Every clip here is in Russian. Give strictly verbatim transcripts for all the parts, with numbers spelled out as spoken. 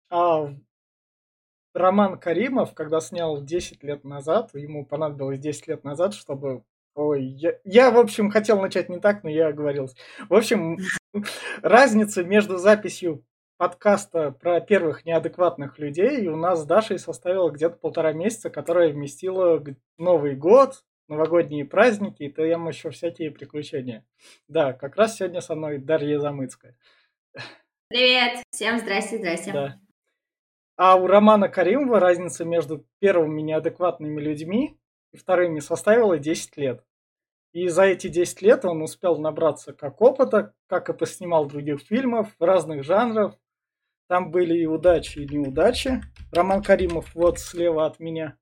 А Роман Каримов, когда снял десять лет назад, ему понадобилось десять лет назад, чтобы... Ой, я, я, в общем, хотел начать не так, но я оговорился. В общем, разница между записью подкаста про первых неадекватных людей у нас с Дашей составила где-то полтора месяца, которая вместила г- Новый год, новогодние праздники и там еще всякие приключения. Да, как раз сегодня со мной Дарья Замыцкая. Привет! Всем здрасте, здрасте. Да. А у Романа Каримова разница между первыми неадекватными людьми и вторыми составила десять лет. И за эти десять лет он успел набраться как опыта, как и поснимал других фильмов, разных жанров. Там были и удачи, и неудачи. Роман Каримов вот слева от меня.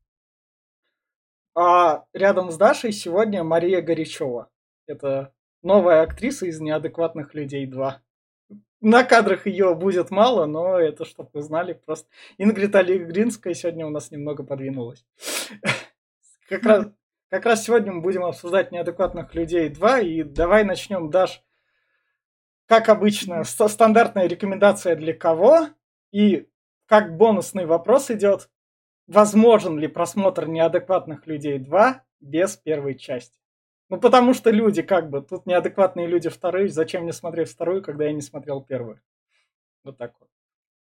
А рядом с Дашей сегодня Мария Горячева. Это новая актриса из «Неадекватных людей два». На кадрах ее будет мало, но это, чтобы вы знали, просто Ингрид Алигринская сегодня у нас немного подвинулась. Как раз, как раз сегодня мы будем обсуждать «Неадекватных людей два», и давай начнем, Даш, как обычно, со стандартная рекомендация для кого, и как бонусный вопрос идет, возможен ли просмотр «Неадекватных людей два» без первой части? Ну, потому что люди, как бы, тут неадекватные люди вторые, зачем мне смотреть вторую, когда я не смотрел первую? Вот так вот.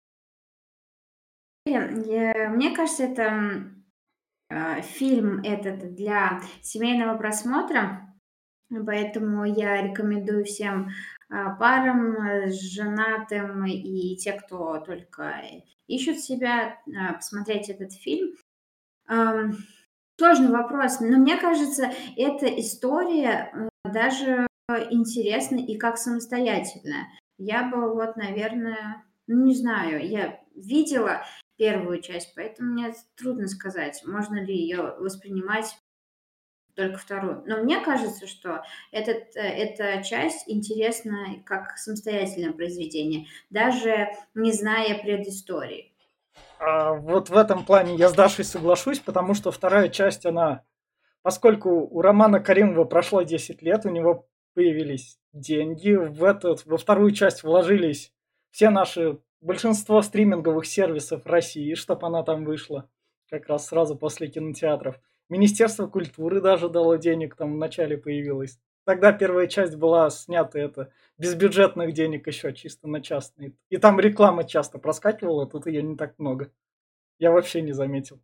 Я- Мне кажется, это э, фильм этот для семейного просмотра, поэтому я рекомендую всем а, парам, э, женатым и те, кто только ищут себя, а, посмотреть этот фильм. Ам, Сложный вопрос, но мне кажется, эта история э, даже интересна и как самостоятельная. Я бы вот, наверное, ну не знаю, я видела первую часть, поэтому мне трудно сказать, можно ли ее воспринимать только вторую. Но мне кажется, что этот, э, эта часть интересна как самостоятельное произведение, даже не зная предыстории. А вот в этом плане я с Дашей соглашусь, потому что вторая часть, она, поскольку у Романа Каримова прошло десять лет, у него появились деньги, в этот, во вторую часть вложились все наши, большинство стриминговых сервисов России, чтобы она там вышла, как раз сразу после кинотеатров. Министерство культуры даже дало денег, там в начале появилось. Тогда первая часть была снята это без бюджетных денег еще, чисто на частные. И там реклама часто проскакивала, тут ее не так много. Я вообще не заметил.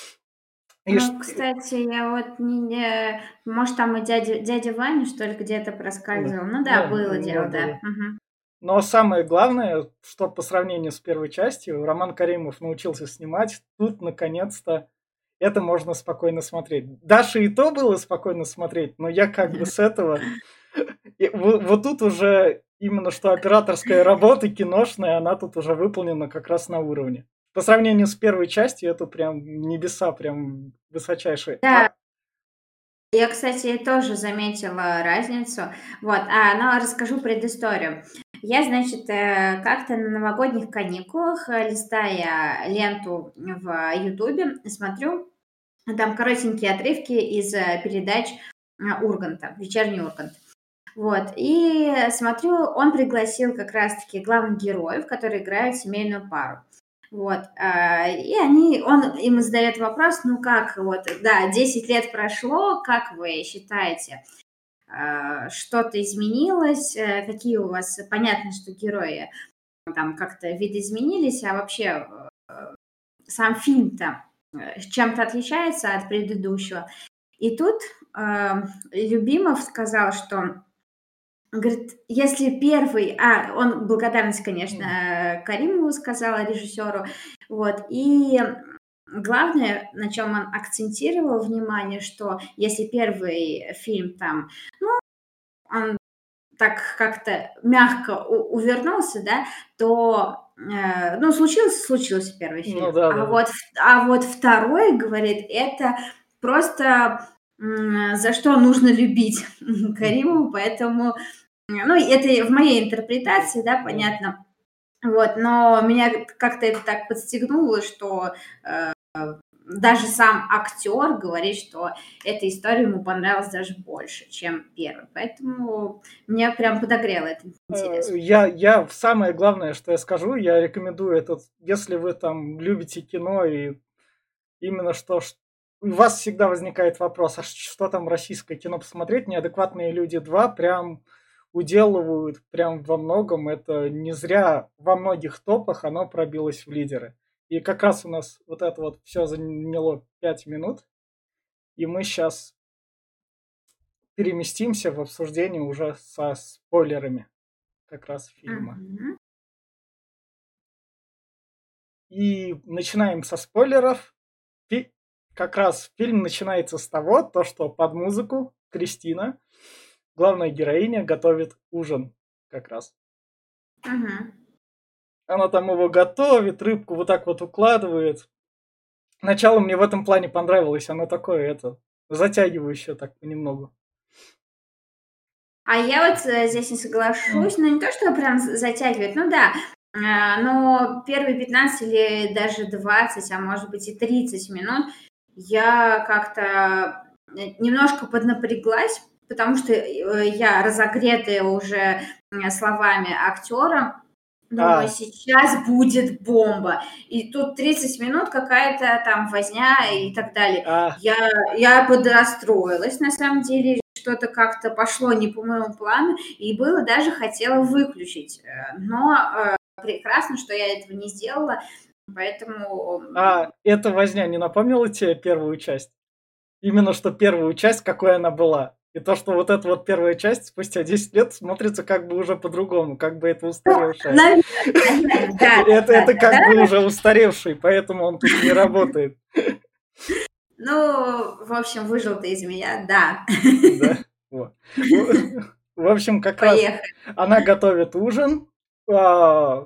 И ш- Ну, кстати, я вот не, не- может, там и дядя, дядя Ваня, что ли, где-то ну, проскальзывал. Ну да, ну, было у него дело, да. было. Мгм. Но самое главное, что по сравнению с первой частью, Роман Каримов научился снимать. Тут, наконец-то, это можно спокойно смотреть. Даше и то было спокойно смотреть, но я как бы с этого... И во- вот тут уже именно что операторская работа киношная, она тут уже выполнена как раз на уровне. По сравнению с первой частью, это прям небеса, прям высочайшие. Да, А, я, кстати, тоже заметила разницу. Вот, а, но расскажу предысторию. Я, значит, э, как-то на новогодних каникулах, э, листая ленту в Ютубе, смотрю, там коротенькие отрывки из э, передач э, Урганта, «Вечерний Ургант». Вот, и смотрю, он пригласил как раз-таки главных героев, которые играют семейную пару. Вот, а, и они, он им задает вопрос, ну как, вот, да, десять лет прошло, как вы считаете, а, что-то изменилось, э, какие у вас, понятно, что герои там как-то видоизменились, а вообще э, сам фильм-то э, чем-то отличается от предыдущего. И тут э, Любимов сказал, что говорит, если первый, а, он благодарность, конечно, м, э, Каримову сказала, режиссеру, вот, и главное, на чем он акцентировал внимание, что если первый фильм там, он так как-то мягко у- увернулся, да, то, э, ну, случился, случился первый ну фильм, да, а да. вот, в- а вот второй, говорит, это просто м, за что нужно любить Мгм. Каримову, поэтому ну, это в моей Да, интерпретации, да, да, да. понятно. Вот, но меня как-то это так подстегнуло, что даже сам актер говорит, что эта история ему понравилась даже больше, чем первая. Поэтому меня прям подогрело этот интерес. Я, я самое главное, что я скажу, я рекомендую этот, если вы там любите кино и именно что ш- у вас всегда возникает вопрос, а ш- что там российское кино посмотреть, «Неадекватные люди два» прям уделывают прям во многом, это не зря во многих топах оно пробилось в лидеры. И как раз у нас вот это вот все заняло пять минут, и мы сейчас переместимся в обсуждение уже со спойлерами как раз фильма. Мгм. И начинаем со спойлеров. Фи- Как раз фильм начинается с того, то, что под музыку Кристина, главная героиня, готовит ужин как раз. Мгм. Она там его готовит, рыбку вот так вот укладывает. Начало мне в этом плане понравилось. Оно такое, это, затягивающее так понемногу. А я вот э, здесь не соглашусь, ну не то, что прям з- затягивает, ну да, а, но первые пятнадцать или даже двадцать, а может быть и тридцать минут я как-то э, немножко поднапряглась, потому что э, я разогретая уже м, словами актера, думаю, А, сейчас будет бомба. И тут тридцать минут какая-то там возня и так далее. а, Я, я подрастроилась, на самом деле, что-то как-то пошло не по моему плану, и было даже хотела выключить. Э, Но э, прекрасно, что я этого не сделала, поэтому м, а, эта возня не напомнила тебе первую часть? Именно что первую часть, какой она была. И то, что вот эта вот первая часть спустя десять лет смотрится как бы уже по-другому, как бы это ну, устаревшее. наверное, наверное, да, Это, да, это да, как да. бы уже устаревший, поэтому он тут не работает. Ну, в общем, выжил ты из меня, да. Да. Вот. В в общем, как раз Поехали. она готовит ужин. а,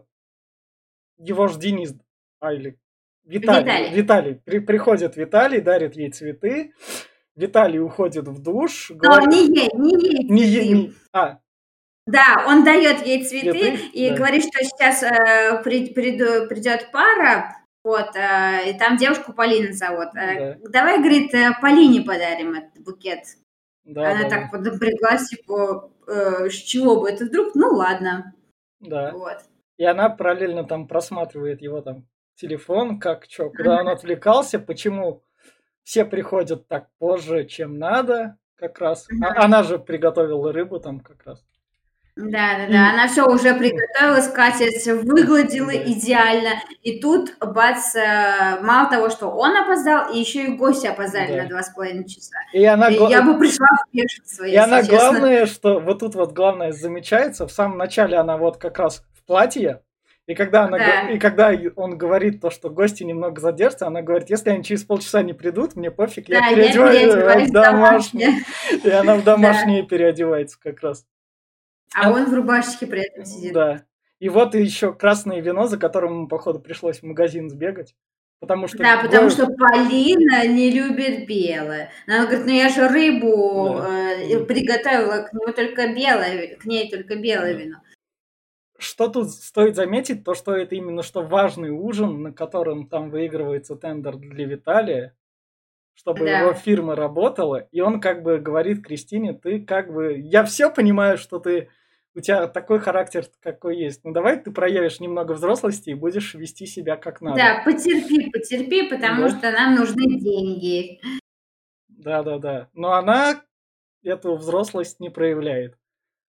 Его ж Денис, а, или Виталий, Виталий. Виталий, при- приходит Виталий, дарит ей цветы. Виталий уходит в душ, Но говорит, не ей, не ей не, е- цветы. не, а, Да, он дает ей цветы цветы, и да, говорит, что сейчас э, при- приду- придет пара, вот, э, и там девушку Полина зовут. Э, да, давай, говорит, э, Полине подарим этот букет. да, Она да, так да, поднапряглась, типа, э, с чего бы это вдруг? Ну ладно, да. вот. И она параллельно там просматривает его там телефон, как чё, куда он Мгм. отвлекался, почему все приходят так позже, чем надо, как раз. А- Мгм. она же приготовила рыбу там как раз. Да-да-да, И, она все уже приготовила, скатерть выгладила да, идеально. И тут, бац, э, мало того, что он опоздал, и еще и гости опоздали на да. два с половиной часа. И она, И я гла- бы пришла в бешенство, и если она честно. главное, что вот тут вот главное замечается, в самом начале она вот как раз в платье, и когда, она, г- и Да, когда и он говорит то, что гости немного задержатся, она говорит, если они через полчаса не придут, мне пофиг, я да, я переодеваюсь переодеваюсь в в домашнее. домашнее. И она в Да, домашнее переодевается как раз. а А, он в рубашечке при этом сидит. да. И вот еще красное вино, за которым ему, походу, пришлось в магазин сбегать. Потому что Да, потому го... что Полина не любит белое. Она говорит: "Ну я же рыбу, Да. э, М, приготовила, к нему только белое ви к ней только белое да. вино". Что тут стоит заметить, то что это именно что важный ужин, на котором там выигрывается тендер для Виталия, чтобы его Да. фирма работала, и он как бы говорит Кристине, ты как бы, я все понимаю, что ты, у тебя такой характер, какой есть, но давай ты проявишь немного взрослости и будешь вести себя как надо. Да, потерпи, потерпи, потому Да, что нам нужны деньги. да, да, да. Но она эту взрослость не проявляет.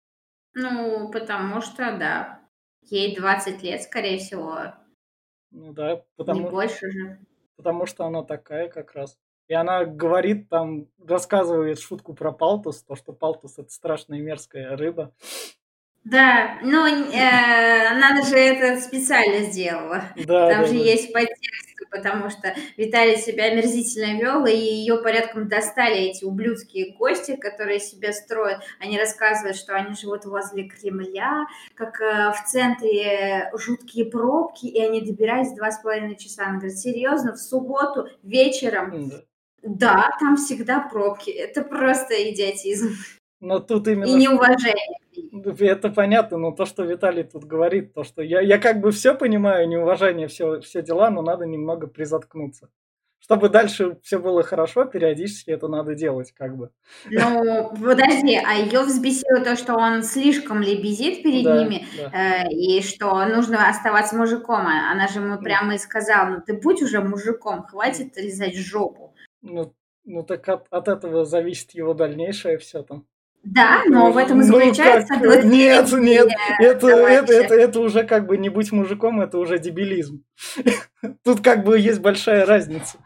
Ну, потому что, да, ей двадцать лет, скорее всего, Ну да, не потому, больше же. потому что она такая как раз. И она говорит там, рассказывает шутку про палтус, то, что палтус это страшная мерзкая рыба. Да, ну, э, она же это специально сделала. Да, Там да, же да. есть подтексты, потому что Виталий себя омерзительно вел, и ее порядком достали эти ублюдские гости, которые себя строят. Они рассказывают, что они живут возле Кремля, как э, в центре жуткие пробки, и они добирались два с половиной часа. Она говорит, серьезно, в субботу вечером? Да. Да, там всегда пробки. Это просто идиотизм Но тут и именно что... неуважение. Это понятно, но то, что Виталий тут говорит, то, что я, я как бы все понимаю, неуважение, все, все дела, но надо немного призаткнуться. чтобы дальше все было хорошо, периодически это надо делать, как бы. Ну, подожди, а ее взбесило то, что он слишком лебезит перед Да, ними, да. э, и что нужно оставаться мужиком. А она же ему М. прямо и сказала: "Ну ты будь уже мужиком, М. хватит лизать жопу". Ну, ну так от, от этого зависит его дальнейшее все там. Да, Э, но в этом и Ну заключается как? э, Нет, двадцатилетний нет, это, это, товарища. это, это уже как бы не быть мужиком, это уже дебилизм. Тут как бы есть большая разница.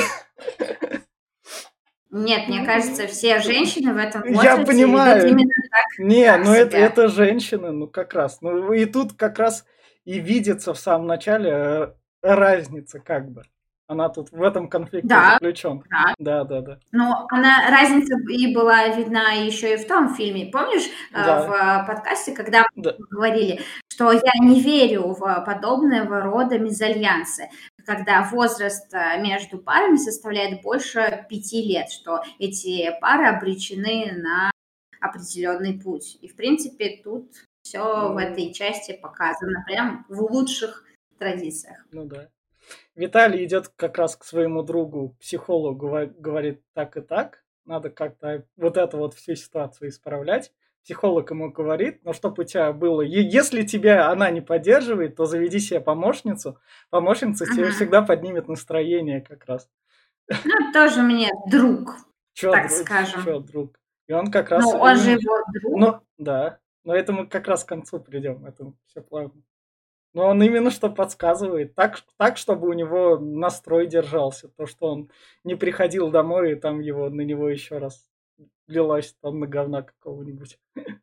Нет, мне кажется, все женщины в этом Я возрасте ведут понимаю. именно так Не, так ну это, себя. это женщины, ну как раз. Ну и тут как раз и видится в самом начале э, разница как бы. Она тут в этом конфликте Да, заключен. да. Да, да, да. Но она разница и была видна еще и в том фильме. Помнишь, э, Да, в подкасте, когда да. мы говорили, что я не верю в подобного рода мезальянсы, когда возраст э, между парами составляет больше пяти лет, что эти пары обречены на определенный путь. И, в принципе, тут все в Ну, этой части показано прям в лучших традициях. ну да. Виталий идет как раз к своему другу, психологу, гова- говорит так и так, надо как-то вот эту вот всю ситуацию исправлять. Психолог ему говорит, ну, чтобы у тебя было, е- если тебя она не поддерживает, то заведи себе помощницу, помощница тебе Мгм. всегда поднимет настроение как раз. Ну, тоже мне друг, Чё, так друг, чё, скажем. друг? И он как Ну, раз, он же м, его друг. ну, да, но это мы как раз к концу придем, это все плавно. Но он именно что подсказывает, так, ш- так, чтобы у него настрой держался, то, что он не приходил домой, и там его, на него еще раз лилась тонна говна какого-нибудь.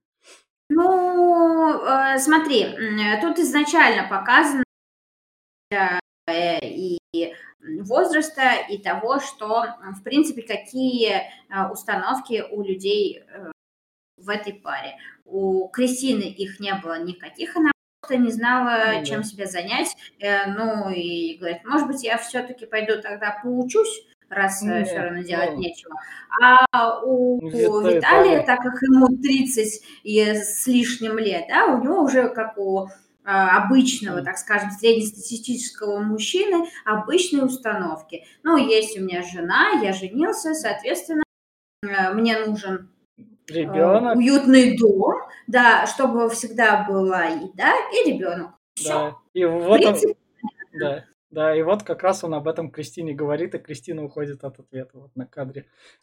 Ну, э, смотри, м, э, тут изначально показано э, и м, возраста, и того, что, м, в принципе, какие э, установки у людей э, в этой паре. У Кристины их не было никаких, она просто не знала, Ну чем да, себя занять. Э, ну и говорит, может быть, я все-таки пойду тогда поучусь, раз все не, равно делать ну, нечего. А у, у Вита- Виталия, Виталий, так как ему тридцать и с лишним лет, да, у него уже как у а, обычного, м, так скажем, среднестатистического мужчины обычные установки. Ну, есть у меня жена, я женился, соответственно, э, мне нужен э, ребенок, уютный дом, да, чтобы всегда была еда и ребенок. Все. да, и В вот он, принципе, да, да, и вот как раз он об этом Кристине говорит, и Кристина уходит от ответа вот на кадре.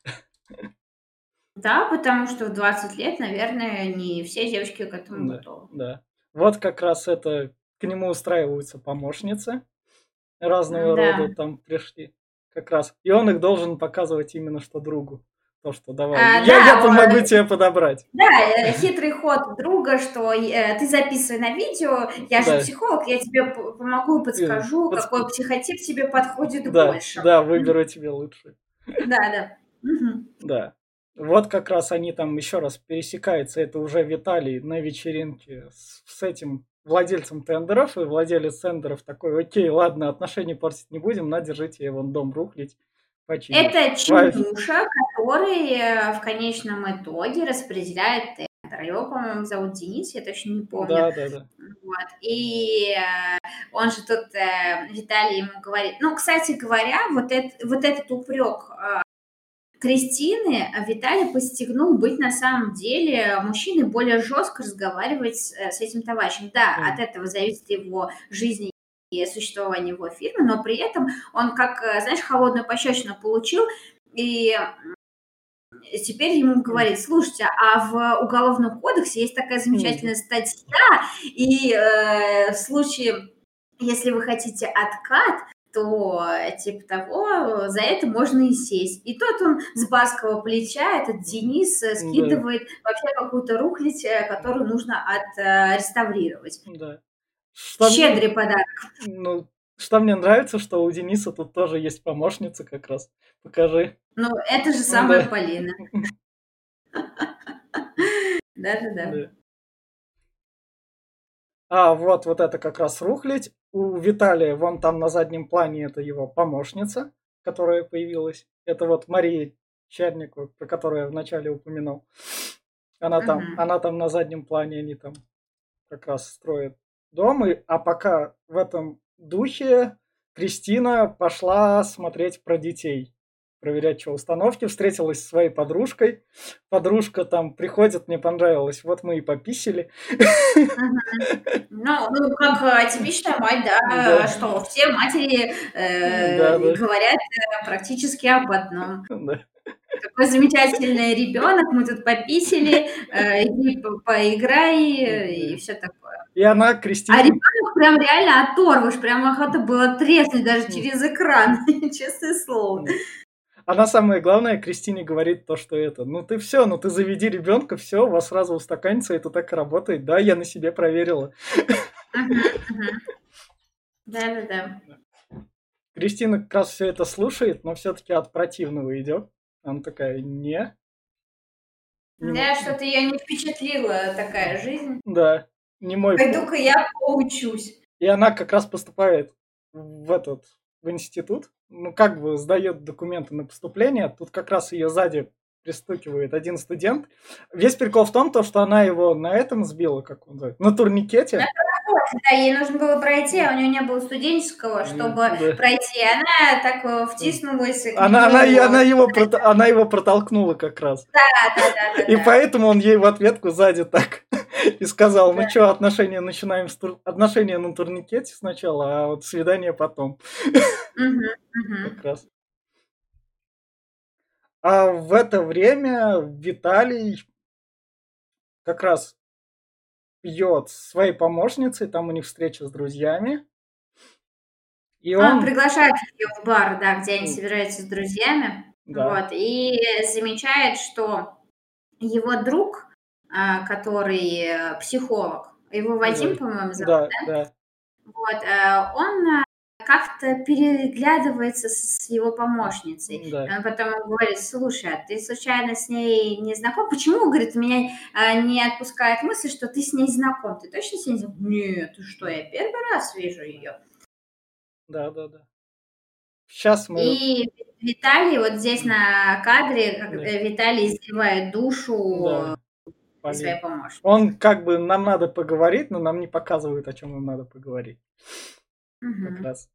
да, потому что в двадцать лет, наверное, не все девочки к этому Да, готовы. да. Вот как раз это к нему устраиваются помощницы разного рода Да. там пришли как раз. И он их должен показывать именно что другу. То, что давай, А, я, я да, помогу о, тебе подобрать. да, э, хитрый ход друга, что э, ты записывай на видео, я же Да, психолог, я тебе п- помогу, э, подскажу, подск- какой психотип тебе подходит да, больше. да, выберу тебе лучше. Да, да. Мгм. Да. Вот как раз они там еще раз пересекаются. Это уже Виталий на вечеринке с, с этим владельцем тендеров. И владелец тендеров такой, окей, ладно, отношения портить не будем, на, держите, я вон дом рухлить, починю. Это Ва- Чинюша, который э, в конечном итоге распределяет тендер. Его, по-моему, зовут Денис, я точно не помню. Да, да, да. Вот. И э, он же тут, э, Виталий ему говорит... Ну, кстати говоря, вот, это, вот этот упрек э, Кристины э, Виталий подстегнул быть на самом деле мужчиной более жестко разговаривать с, э, с этим товарищем. Да, от М, этого зависит его жизнь и существование его фирмы, но при этом он, как, э, знаешь, холодную пощечину получил, и теперь ему м, говорит, слушайте, а в Уголовном кодексе есть такая м, замечательная статья, и э, в случае, если вы хотите откат, то, э, типа того, за это можно и сесть. И тот он с барского плеча, этот Денис, э, Да, скидывает вообще какую-то рухлядь, э, которую нужно отреставрировать. да. Что мне, Щедрый подарок. ну, что мне нравится, что у Дениса тут тоже есть помощница как раз. Покажи. Ну, это же Ну самая да. Полина. Да-да-да. Да. А, вот, вот это как раз рухлядь. У Виталия вон там на заднем плане это его помощница, которая появилась. Это вот Мария Черникова, про которую я вначале упомянул. Она там, Мгм. она там на заднем плане, они там как раз строят дом. И, а пока в этом духе Кристина пошла смотреть про детей, проверять, что установки, встретилась со своей подружкой. Подружка там приходит, мне понравилось, вот мы и пописили. Мгм. Ну, ну, как э, типичная мать, да, Да. что все матери э, Да, да. говорят э, практически об одном. Да. Какой замечательный ребенок, мы тут пописили, э, иди по- поиграй э, и Да. все такое. И она А Кристине... ребенок прям реально оторвыш, прям охота было треснуть даже М. через экран, честное слово. М. Она самое главное Кристине говорит то, что это, ну ты все, ну ты заведи ребенка, все, у вас сразу устаканится, это так и работает. Да, я на себе проверила. Мгм, мгм. Да-да-да. Кристина как раз все это слушает, но все-таки от противного идет. Она такая, не, не Да, мо- что-то ее не впечатлила такая жизнь. да, не мой путь. Пойду-ка я поучусь. И она как раз поступает в этот, в институт, ну как бы сдает документы на поступление, тут как раз ее сзади пристукивает один студент. Весь прикол в том, то, что она его на этом сбила, как он называется, на турникете. Да, ей нужно было пройти, а у нее не было студенческого, чтобы Да. пройти. Она так э, втиснулась к Она, она, нему. она, его, прото- она его протолкнула как раз. Да, да, да, да. И да. поэтому он ей в ответку сзади так и сказал, ну Да. что, отношения начинаем с тур... отношения на турникете сначала, а вот свидание потом. Мгм, мгм. Как раз. А в это время Виталий как раз пьет со своей помощницей, там у них встреча с друзьями. И А, он... приглашает ее в бар, да, где они М. собираются с друзьями. Да. Вот, и замечает, что его друг, а, который э, психолог, его Вадим, Да, по-моему, зовут, да, да? да. Вот, э, он э, как-то переглядывается с с его помощницей. И Да. он потом ему говорит: слушай, а ты случайно с ней не знаком? Почему, говорит, меня э, не отпускает мысль, что ты с ней знаком? Ты точно с ней знаком? Нет, ты что, я первый раз вижу ее. Да, да, да. Сейчас мы... И Виталий, вот здесь М. на кадре, как Да. э, Виталий изливает душу Да. э, своей Полин. помощнице. Он как бы нам надо поговорить, но нам не показывает, о чем нам надо поговорить. Как Мгм. раз.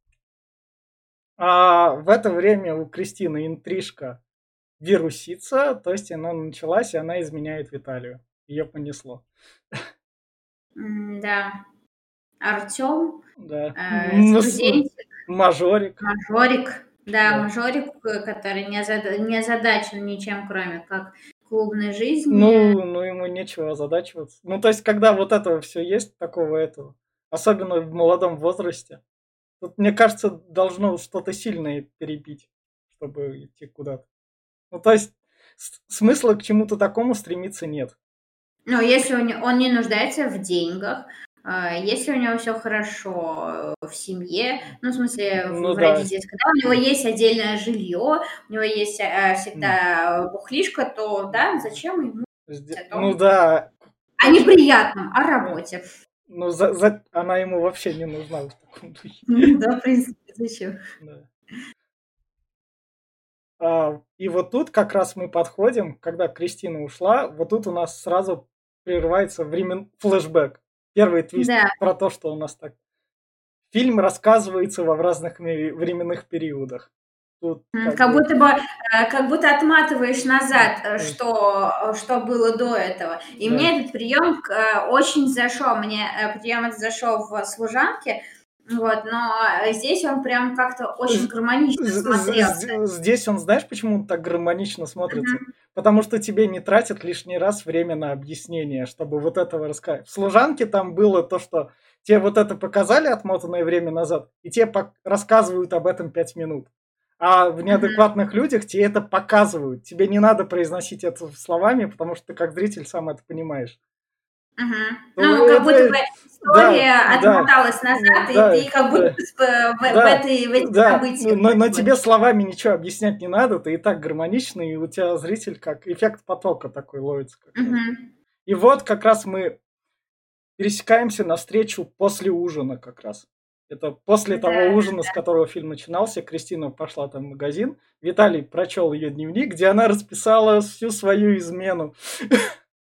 А в это время у Кристины интрижка вирусится, то есть она началась, и она изменяет Виталию. Ее понесло. М, Да. Артем, Да. э, М, с- студентик, Мажорик. мажорик, да, Да. мажорик, э, который не, озада- не озадачен ничем, кроме как клубной жизни. Ну, ну ему нечего озадачиваться. Ну, то есть, когда вот этого все есть, такого этого, особенно в молодом возрасте, тут, мне кажется, должно что-то сильное перебить, чтобы идти куда-то. Ну, то есть, с- смысла к чему-то такому стремиться нет. Ну, если он, не- он не нуждается в деньгах, а, если у него все хорошо э, в семье, ну, в смысле, в, Ну в да. родительской, когда у него есть отдельное жилье, у него есть э, М. всегда бухлишка, то да, зачем ему Сде- о Ну том, да. о неприятном, о работе. Ну, за- за- она ему вообще не нужна в таком духе. Ну да, в принципе, зачем? Да. А, и вот тут как раз мы подходим, когда Кристина ушла, вот тут у нас сразу прерывается времен... флешбэк. Первый твист Да. про то, что у нас так. Фильм рассказывается во разных ми- временных периодах. Тут М, как Как бы... будто бы, э, как будто отматываешь назад, э, Да. что, э, что было до этого. И Да. мне этот прием э, очень зашел. Мне э, прием этот зашел в «Служанке», вот, но э, здесь он прям как-то очень З- гармонично з- смотрелся. з- Здесь он, знаешь, почему он так гармонично смотрится? Мгм. Потому что тебе не тратят лишний раз время на объяснение, чтобы вот этого рассказать. В «Служанке» там было то, что тебе вот это показали отмотанное время назад, и тебе пок- рассказывают об этом пять минут. А в Мгм. «Неадекватных людях» тебе это показывают. Тебе не надо произносить это словами, потому что ты как зритель сам это понимаешь. Мгм. Ну, Ну, как будто бы это... история Да, да, отмоталась назад, и да, ты как будто да. бы сп- в, в Да, этой, в этих да, событиях но, но тебе находишься. словами ничего объяснять не надо, ты и так гармоничный, и у тебя зритель как эффект потока такой ловится как раз. Мгм. И вот как раз мы пересекаемся навстречу после ужина как раз. Это после Да, того ужина, с которого фильм начинался, Кристина пошла там в магазин, Виталий прочел ее дневник, где она расписала всю свою измену.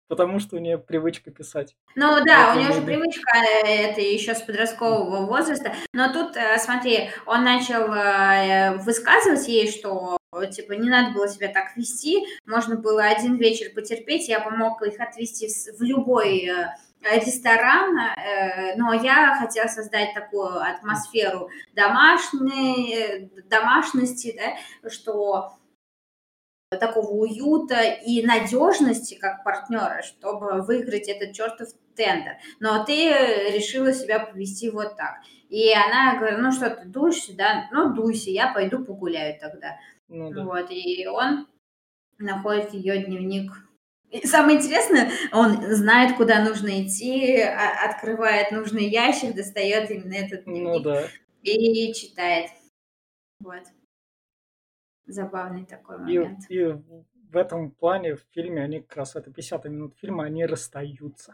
потому что у нее привычка писать. Ну Вот да, у и него же не- привычка э, это еще с подросткового возраста. Но тут, э, смотри, он начал э, высказывать ей, что типа не надо было себя так вести, можно было один вечер потерпеть, я помог их отвезти в в любой э, ресторан, э, но я хотела создать такую атмосферу домашней, э, домашности, да, что такого уюта и надежности как партнера, чтобы выиграть этот чертов тендер. Но ты решила себя повести вот так. И она говорит, ну что ты дуешься, да? Ну дуйся, я пойду погуляю тогда. Ну да. Вот, и он находит ее дневник. И самое интересное, он знает, куда нужно идти, а- открывает нужный ящик, достает именно этот Ну дневник да. и читает. Вот. Забавный такой И, момент. и в этом плане в фильме они как раз, это пятьдесят минут фильма, они расстаются.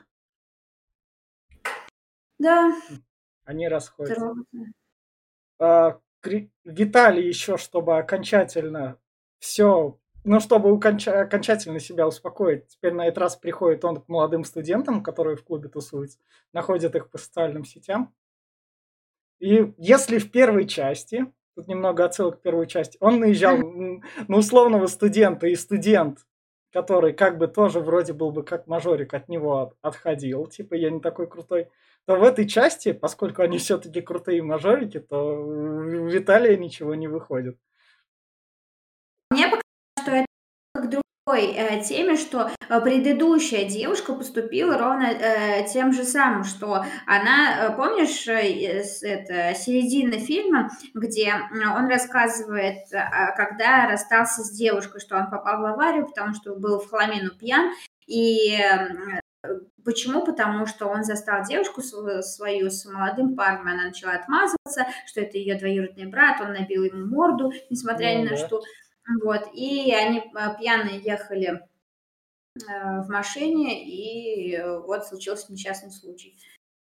Да, Они расходятся. трогательно. А, Кри- Виталий еще, чтобы окончательно все, ну, чтобы уконча- окончательно себя успокоить, теперь на этот раз приходит он к молодым студентам, которые в клубе тусуются, находит их по социальным сетям. И если в первой части, тут немного отсылок к первой части, он наезжал м, на условного студента, и студент, который как бы тоже вроде был бы как мажорик, от него от- отходил, типа я не такой крутой, то в этой части, поскольку они все-таки крутые мажорики, то у Виталия ничего не выходит. Мне показалось, что это к другой э, теме, что э, предыдущая девушка поступила ровно э, тем же самым, что она, э, помнишь, э, с- это середина фильма, где м, он рассказывает, э, а, когда расстался с девушкой, что он попал в аварию, потому что был в хламину пьян, и м, почему? Потому что он застал девушку св- свою с молодым парнем, она начала отмазываться, что это ее двоюродный брат, он набил ему морду, несмотря Ну ни на да, что. Вот, и они э, пьяные ехали э, в машине, и э, вот случился несчастный случай.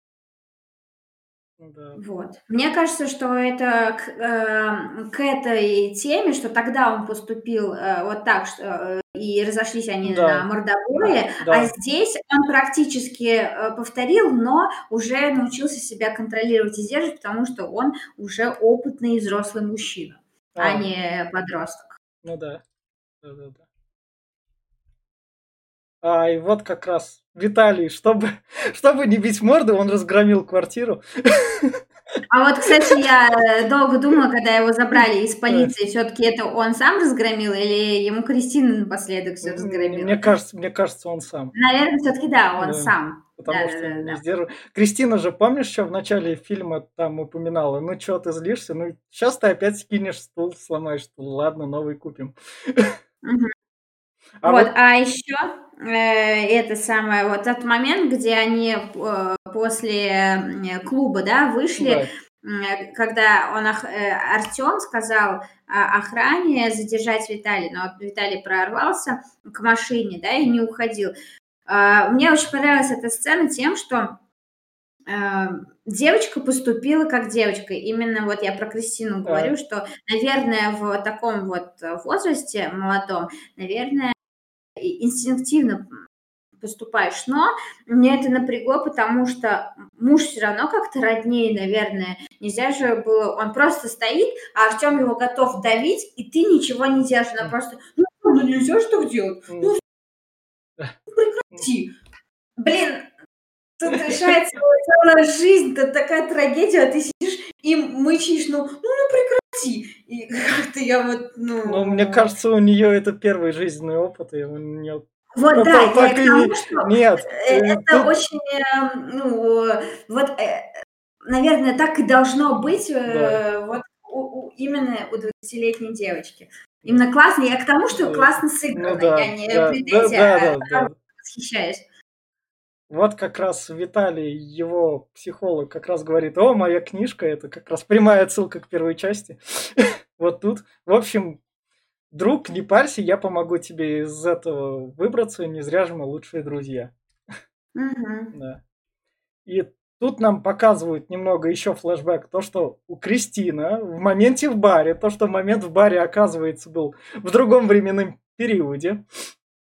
ну да, Вот. Мне кажется, что это к, э, к этой теме, что тогда он поступил э, вот так, что, э, и разошлись они на да, мордобое, а да. здесь он практически э, повторил, но уже научился себя контролировать и сдерживать, потому что он уже опытный взрослый мужчина, а А, не подросток. ну да, да, да, да. А, и вот как раз Виталий, чтобы, чтобы не бить морду, он разгромил квартиру. А вот, кстати, я э, долго думала, когда его забрали из Э, полиции, все-таки это он сам разгромил или ему Кристина напоследок все м, Мне разгромила? кажется, мне кажется, он сам. Наверное, все-таки да, он Да, сам. потому что он не Да-да-да-да. сдерживает. Кристина же, помнишь, что в начале фильма там упоминала? Ну, что ты злишься? Ну, сейчас ты опять скинешь стул, сломаешь стул. Ладно, новый купим. Мгм. А Вот, вот, а еще это самое, вот тот момент, где они э, после м, клуба, да, вышли, да, м, когда он, ох- э, Артем сказал а, охране задержать Виталия, но вот Виталий прорвался к машине, да, и не уходил. А, Мне очень понравилась эта сцена тем, что а, девочка поступила как девочка. Именно вот я про Кристину а, говорю, что, наверное, в таком вот э, возрасте молодом, наверное, и инстинктивно поступаешь. Но мне это напрягло, потому что муж все равно как-то роднее, наверное. Нельзя же было... Он просто стоит, а Артем его готов давить, и ты ничего не делаешь. Она м, просто, ну, ну нельзя ж так делать. м, Ну, м. прекрати. Блин, тут решается целая жизнь, тут такая трагедия, а ты сидишь и мычишь, ну, ну, ну прекрати. И как-то я вот, Ну, мне ну... кажется, у нее это первый жизненный опыт, и у нее Вот да, я и так к и тому, что нет. э, э, это Тут, очень, э, ну, э, вот, э, наверное, так и должно быть, да, э, вот у, у- именно у двадцатилетней девочки. да, Именно классно. Я к тому, что да. классно Ну сыграно. да, Я не да, да, претензия, да, а да, да. восхищаюсь. Вот как раз Виталий, его психолог, как раз говорит, о, моя книжка, это как раз прямая отсылка к первой части. Вот тут. В общем, друг, не парься, я помогу тебе из этого выбраться, не зря же мы лучшие друзья. Мгм. Да. И тут нам показывают немного еще флешбэк, то, что у Кристина в моменте в баре, то, что момент в баре, оказывается, был в другом временном периоде.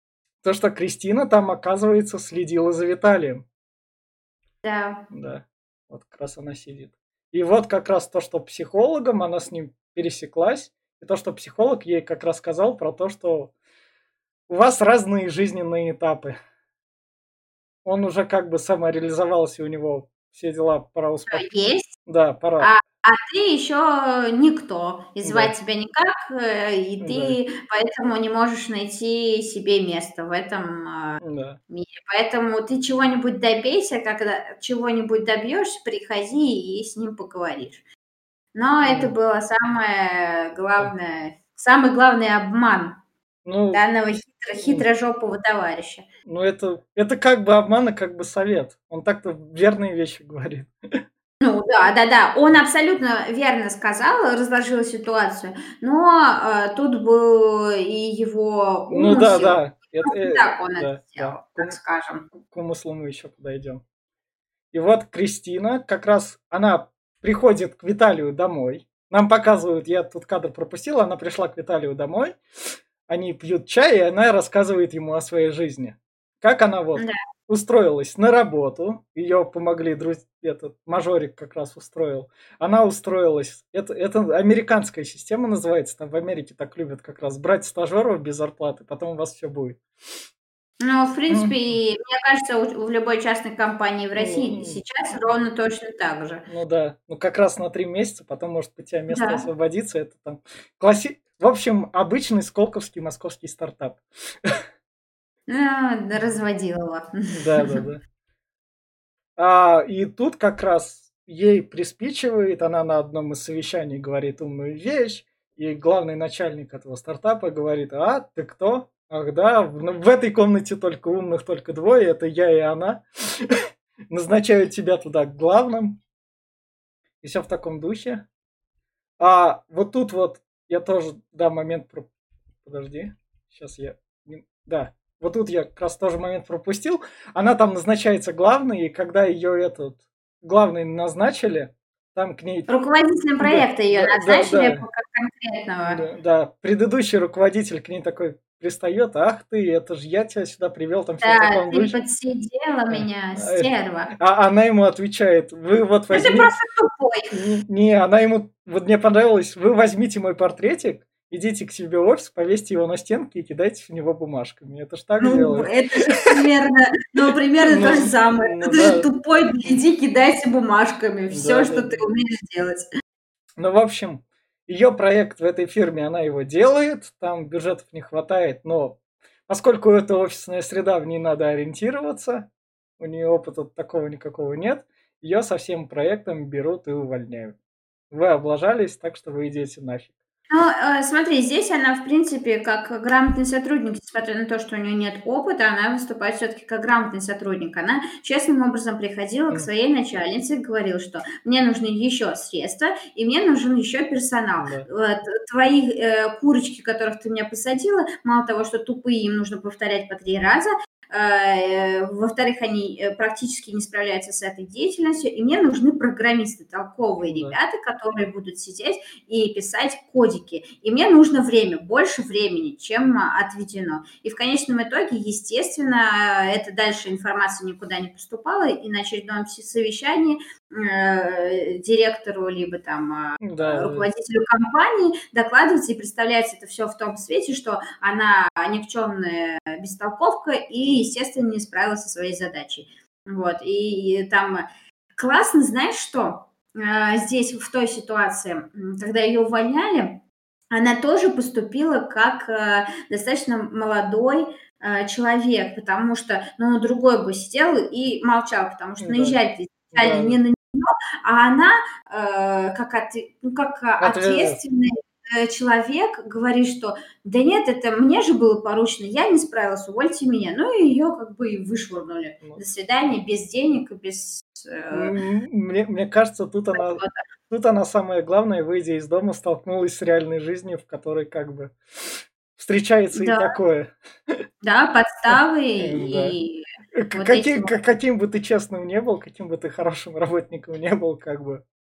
То, что Кристина там, оказывается, следила за Виталием. Да. Да, вот как раз она сидит. И вот как раз то, что психологом, она с ним пересеклась, и то, что психолог ей как раз сказал про то, что у вас разные жизненные этапы. Он уже как бы самореализовался, у него все дела, пора Всё успокоиться. есть, Да, пора. а а ты еще никто, и Да. звать тебя никак, э, и Да. ты поэтому не можешь найти себе место в этом, а, Да. мире. Поэтому ты чего-нибудь добейся, когда чего-нибудь добьешься, приходи и с ним поговоришь. Но это Да. было самое Да. главное, самый главный обман Ну, данного хитро м. хитрожопого товарища. Ну, это это как бы обман и как бы совет. Он так-то верные вещи говорит. Ну да, да-да, он абсолютно верно сказал, разложил ситуацию, но, э, тут был и его Ну умысел. да-да, Не это, просто э, так он это да, да, сделал, к так ум скажем. к умыслу мы еще подойдем. И вот Кристина, как раз она приходит к Виталию домой. Нам показывают, я тут кадр пропустил, она пришла к Виталию домой, они пьют чай, и она рассказывает ему о своей жизни. Как она вот Да. устроилась на работу, ее помогли друз этот мажорик как раз устроил. Она устроилась, это это американская система называется, там в Америке так любят как раз брать стажеров без зарплаты, потом у вас все будет. Ну, в принципе, Мгм. и мне кажется, у в любой частной компании в России Ну, сейчас м. ровно точно так же. Ну да, ну как раз на три месяца, потом может у тебя место Да. освободиться. Это там класси в общем, обычный сколковский московский стартап. А, да, разводилово. Да-да-да. А, и тут как раз ей приспичивает, она на одном из совещаний говорит умную вещь, и главный начальник этого стартапа говорит: "А, ты кто? Ах да, в ну, в этой комнате только умных только двое, это я и она. Назначаю тебя туда главным". И всё в таком духе. А вот тут вот я тоже, да, момент про подожди, щас я не да, вот тут я как раз тоже момент пропустил. Она там назначается главной, и когда ее этот главной назначили, там к ней Руководителем да, проекта ее да, назначили да-да. пока конкретного. Да, да, предыдущий руководитель к ней такой пристает: "Ах ты, это ж я тебя сюда привел", там всё в Да, таком ты духе. подсидела А, меня, а, э, стерва. а она ему отвечает: "Вы вот Ну ты возьми" просто тупой. не не, она ему вот мне понравилось: "Вы возьмите мой портретик, идите к себе в офис, повесьте его на стенке и кидайте в него бумажками". Это ж так Ну, делают. это же примерно, ну, примерно то же Ну самое. ну Ты же да. тупой, иди кидайся бумажками. Всё, что ты Да-да-да. умеешь делать. Ну, в общем, ее проект в этой фирме, она его делает, там бюджетов не хватает, но поскольку это офисная среда, в ней надо ориентироваться, у нее опыта такого никакого нет, ее со всем проектом берут и увольняют. Вы облажались, так что вы идите нафиг. Ну, э, смотри, здесь она, в принципе, как грамотный сотрудник, несмотря на то, что у нее нет опыта, она выступает всё-таки как грамотный сотрудник. Она честным образом приходила к М. своей начальнице и говорила, что мне нужны еще средства и мне нужен еще персонал. Да. Вот твои, э, курочки, которых ты мне посадила, мало того, что тупые, им нужно повторять по три раза, э, во-вторых, они, э, практически не справляются с этой деятельностью, и мне нужны программисты, толковые Да. ребята, которые будут сидеть и писать кодики. И мне нужно время, больше времени, чем отведено. И в конечном итоге, естественно, это дальше информация никуда не поступала, и на очередном с совещании, э, директору либо там, э, Да-да. руководителю компании докладывается и представляется это всё в том свете, что она никчемная бестолковка и, естественно, не справилась со своей задачей. Вот, и там классно, знаешь что? Э, здесь, в той ситуации, м, когда ее увольняли, она тоже поступила как, э, достаточно молодой, э, человек, потому что, ну, другой бы сидел и молчал, потому что Да. наезжали изначально Да. не на неё, а она, э, как отве ну, как Отве ответственный, э, человек говорит, что: "Да нет, это мне же было поручено, я не справилась, увольте меня". Ну, и ее как бы и вышвырнули. Ну. До свидания, без денег и без, э М мне мне кажется, тут она тут она, самое главное, выйдя из дома, столкнулась с реальной жизнью, в которой как бы встречается и Да. такое. Да, подставы М-да. и К вот эти каким вот каким бы ты честным не был, каким бы ты хорошим работником не был, как бы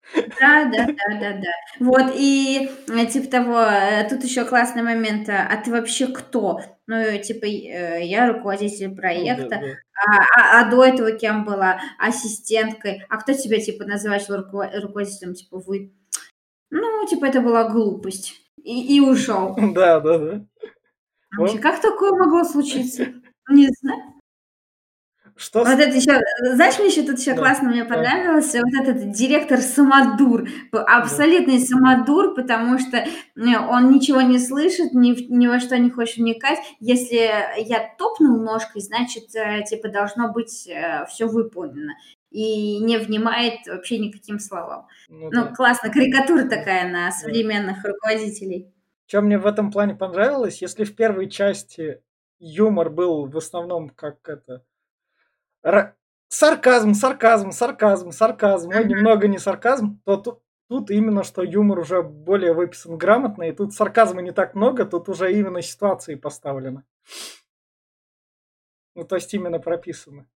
Да, да, да, да, да. Вот, и, э, типа того, э, тут еще классный момент: а а ты вообще кто? Ну, и типа, й э, я руководитель Ну да, проекта, да. а а а до этого кем была? Ассистенткой. А кто тебя, типа, назначил руково руководителем? Типа, вы. Ну, типа, это была глупость. И и ушел. Да-да-да. Вообще, Вот. как такое могло случиться? Не знаю. Что Вот с это еще, знаешь, мне еще тут еще Да, классно мне а, понравился вот этот директор самодур. П да. абсолютный самодур, потому что, м, он ничего не слышит, ни в ни во что не хочет вникать. Если я топнул ножкой, значит, э, типа должно быть, все выполнено. И не внимает вообще никаким словам. Ну Ну, да, классно, карикатура да, такая на да. современных руководителей. Чё мне в этом плане понравилось, если в первой части юмор был в основном как это, ра сарказм, сарказм, сарказм, сарказм, ой, Мгм. немного не сарказм, то тут тут именно что юмор уже более выписан грамотно, и тут сарказма не так много, тут уже именно ситуации поставлены. Ну, то есть именно прописаны.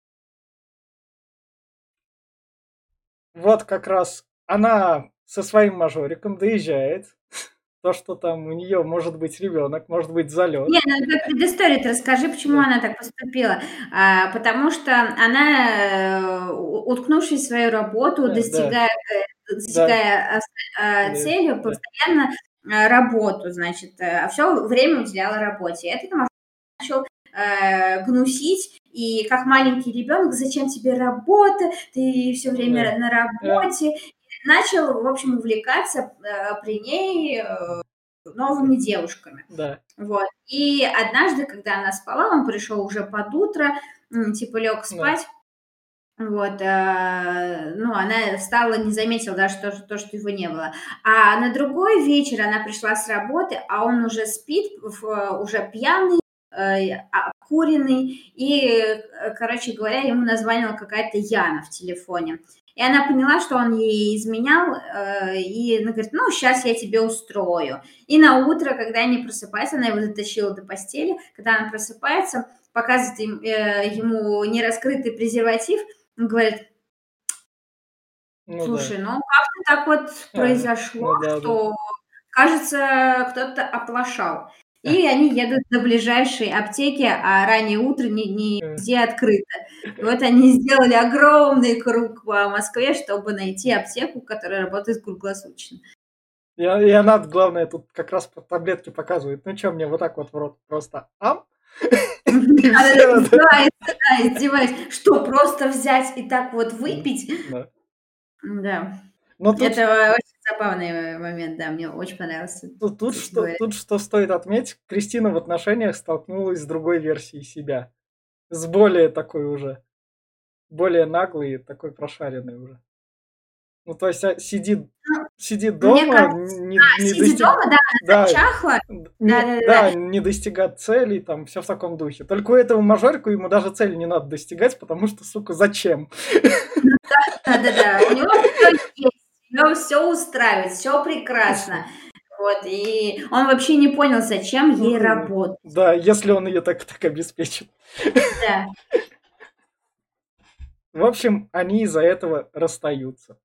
Вот как раз она со своим мажориком доезжает. То, что там у нее может быть ребенок, может быть залет. Не, ну это предысторию-то расскажи, почему Да, она так поступила. А, потому что она, э, у уткнувшись в свою работу, да, да, достигая, э, да, достигая, ас а, да, целью, да, постоянно, а, работу, значит, все время уделяла работе. И этот начал, э, гнусить, и как маленький ребенок: "Зачем тебе работа? Ты все да, время на э, работе". Начал, в общем, увлекаться, э, при ней, э, да, новыми девушками. да, Вот. И однажды, когда она спала, он пришел уже под утро, м, типа лег да, спать. Вот, э, ну, она встала, не заметила даже то, что то, что его не было. А на другой вечер она пришла с работы, а он уже спит, в уже пьяный, э, обкуренный. И, э, короче говоря, ему названивала какая-то Яна в телефоне. И она поняла, что он ей изменял, э, и она говорит: "Ну, сейчас я тебе устрою". И на утро, когда они просыпаются, она его дотащила до постели. Когда она просыпается, показывает им, э, ему нераскрытый презерватив, он говорит: ну да, "Слушай, ну как-то так вот ага, произошло, ну да, да, что, кажется, кто-то оплошал". И они едут до ближайшей аптеки, а раннее утро ни э. нигде открыто. И вот они сделали огромный круг по Москве, чтобы найти аптеку, которая работает круглосуточно. И о и она, главное, тут как раз по таблетки показывает. Ну чё, мне вот так вот в рот просто ам, Мгм. и Да-да-да, всё, да. издевается, да, издеваясь. Что, просто взять и так вот М, выпить? да. Да. Но тут ш Это очень забавный мо момент, да, мне очень понравился, тут тут кстати что говоря. тут что стоит отметить, Кристина в отношениях столкнулась с другой версией себя, с более такой уже, более наглой и такой прошаренной уже. Ну, то есть, а, сидит сидит Ну, мне дома, кажется, не да, не сидя достиг дома, да, она да, зачахла. д не Да-да-да-да. да, не достигать целей, там все в таком духе. Только у этого мажорику ему даже цели не надо достигать, потому что, сука, зачем? Ну да-да-да, у него всё есть, его всё устраивает, всё прекрасно. Вот, и он вообще не понял, зачем ей Ну работать. да, если он ее так так обеспечит. Да. В общем, они из-за этого расстаются.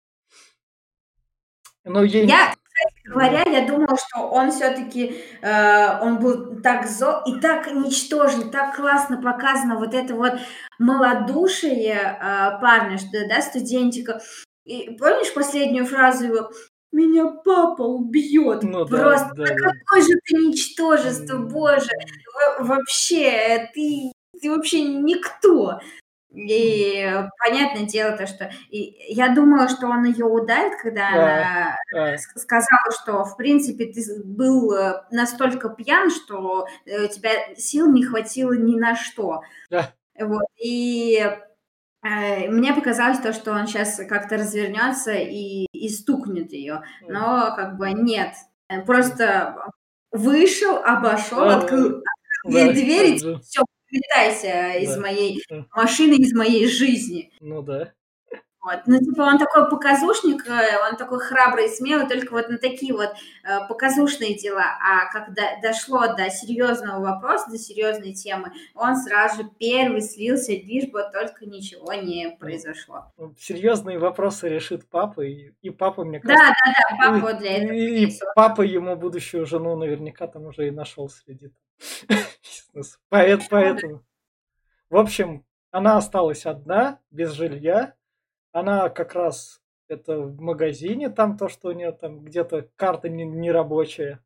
Но ей Я, кстати да, говоря, я думала, что он всё-таки, э, он был так зол и так ничтожен, так классно показано вот это вот малодушие, э, парня, что, да, студентика. И помнишь последнюю фразу его: "Меня папа убьет". ну да, Просто, да да-да. какое же ты ничтожество, боже! М, Во вообще, ты ты вообще никто. м, И понятное дело то, что и я думала, что он ее ударит, когда а, она а, с сказала, что, в принципе, ты с был, э, настолько пьян, что, э, у тебя сил не хватило ни на что. да, Вот, и, э, мне показалось то, что он сейчас как-то развернется и и стукнет ее, м, но как бы нет. Э, м, просто вышел, обошел, да-да-да, открыл открыл да, ей дверь и так типа: же, "Всё, вылетайся из да, моей м, машины, из моей жизни". ну да. Вот. Ну, типа, он такой показушник, э, он такой храбрый и смелый, только вот на такие вот э, показушные дела. А когда дошло до серьезного вопроса, до серьезной темы, он сразу же первый слился, лишь бы только ничего не Ну, произошло. ну, серьезные вопросы решит папа, и, и папа, мне Да, кажется, да, да, и, папа вот для этого, и- скорее и всего. папа ему будущую жену наверняка там уже и нашел среди бизнеса. Поэт- Ну, да. Поэтому, в общем, она осталась одна, без жилья. Она как раз это в магазине, там то, что у нее там где-то карта не, не рабочая.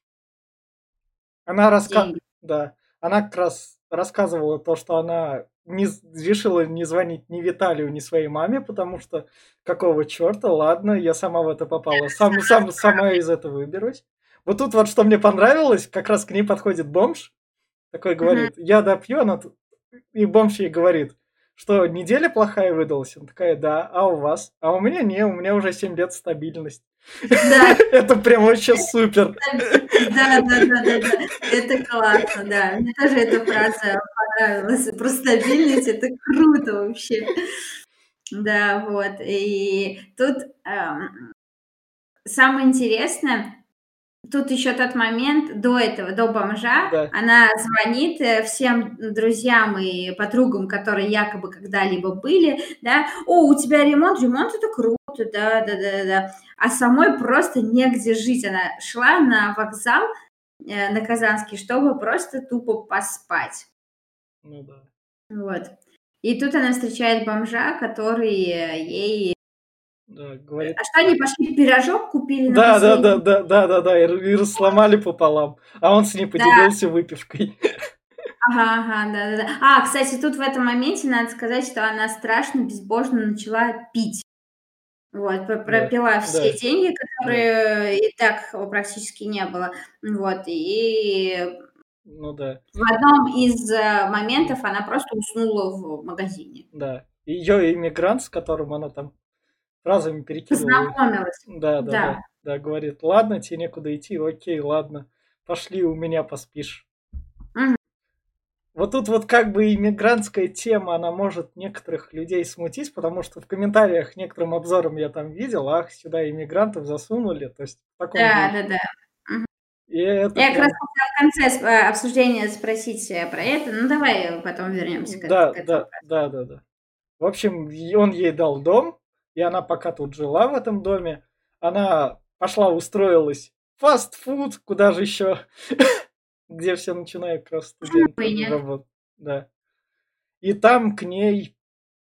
Она раска... Деньги. да, она как раз рассказывала то, что она не з- решила не звонить ни Виталию, ни своей маме, потому что какого черта, ладно, я сама в это попала, сам, сам, сама из этого выберусь. Вот тут вот что мне понравилось, как раз к ней подходит бомж, такой Мгм. говорит, я допью, она тут- и бомж ей говорит, что неделя плохая выдалась. Она такая, да, а у вас? А у меня не, у меня уже семь лет стабильность. Да, Это прям вообще супер. стабильность, да, да, да, да, да. Это классно, да. Мне тоже эта фраза понравилась. Про стабильность это круто вообще. Да, вот. И тут эм, самое интересное, тут еще тот момент до этого, до бомжа, Да, она звонит э, всем друзьям и подругам, которые якобы когда-либо были, да, о, у тебя ремонт, ремонт это круто, да, да, да, да, а самой просто негде жить. Она шла на вокзал, э, на Казанский, чтобы просто тупо поспать. ну да. Вот. И тут она встречает бомжа, который э, ей... Да, э, говорит. А что они пошли, пирожок купили на Да, да, да, последний? да, да, да, да, и, р- и сломали пополам. А он с ней Да, поделился выпивкой. ага, ага, да-да-да. А, кстати, тут в этом моменте надо сказать, что она страшно безбожно начала пить. Вот, п Да, пропила все да, деньги, да. которые и так э, практически не было. Вот, и Ну да. в одном из, э, М, моментов она просто уснула в магазине. да. Ее иммигрант, с которым она там фразами перекидывала. Познакомилась. Да, да, Да. да. Да, говорит, ладно, тебе некуда идти, окей, ладно. Пошли, у меня поспишь. Мгм. Вот тут вот как бы иммигрантская тема, она может некоторых людей смутить, потому что в комментариях некоторым обзорам я там видел, ах, сюда иммигрантов засунули, то есть в таком духе. Да-да-да. Мгм. И это Я как раз прям, хотела в конце с э, обсуждения спросить, э, про это. Ну, давай потом вернемся к эт да, к этому. да, да, да, да. В общем, и он ей дал дом, и она пока тут жила в этом доме, она пошла устроилась в фастфуд, куда же еще, где все начинают как раз Почему бы студенты и нет? работать, да. И там к ней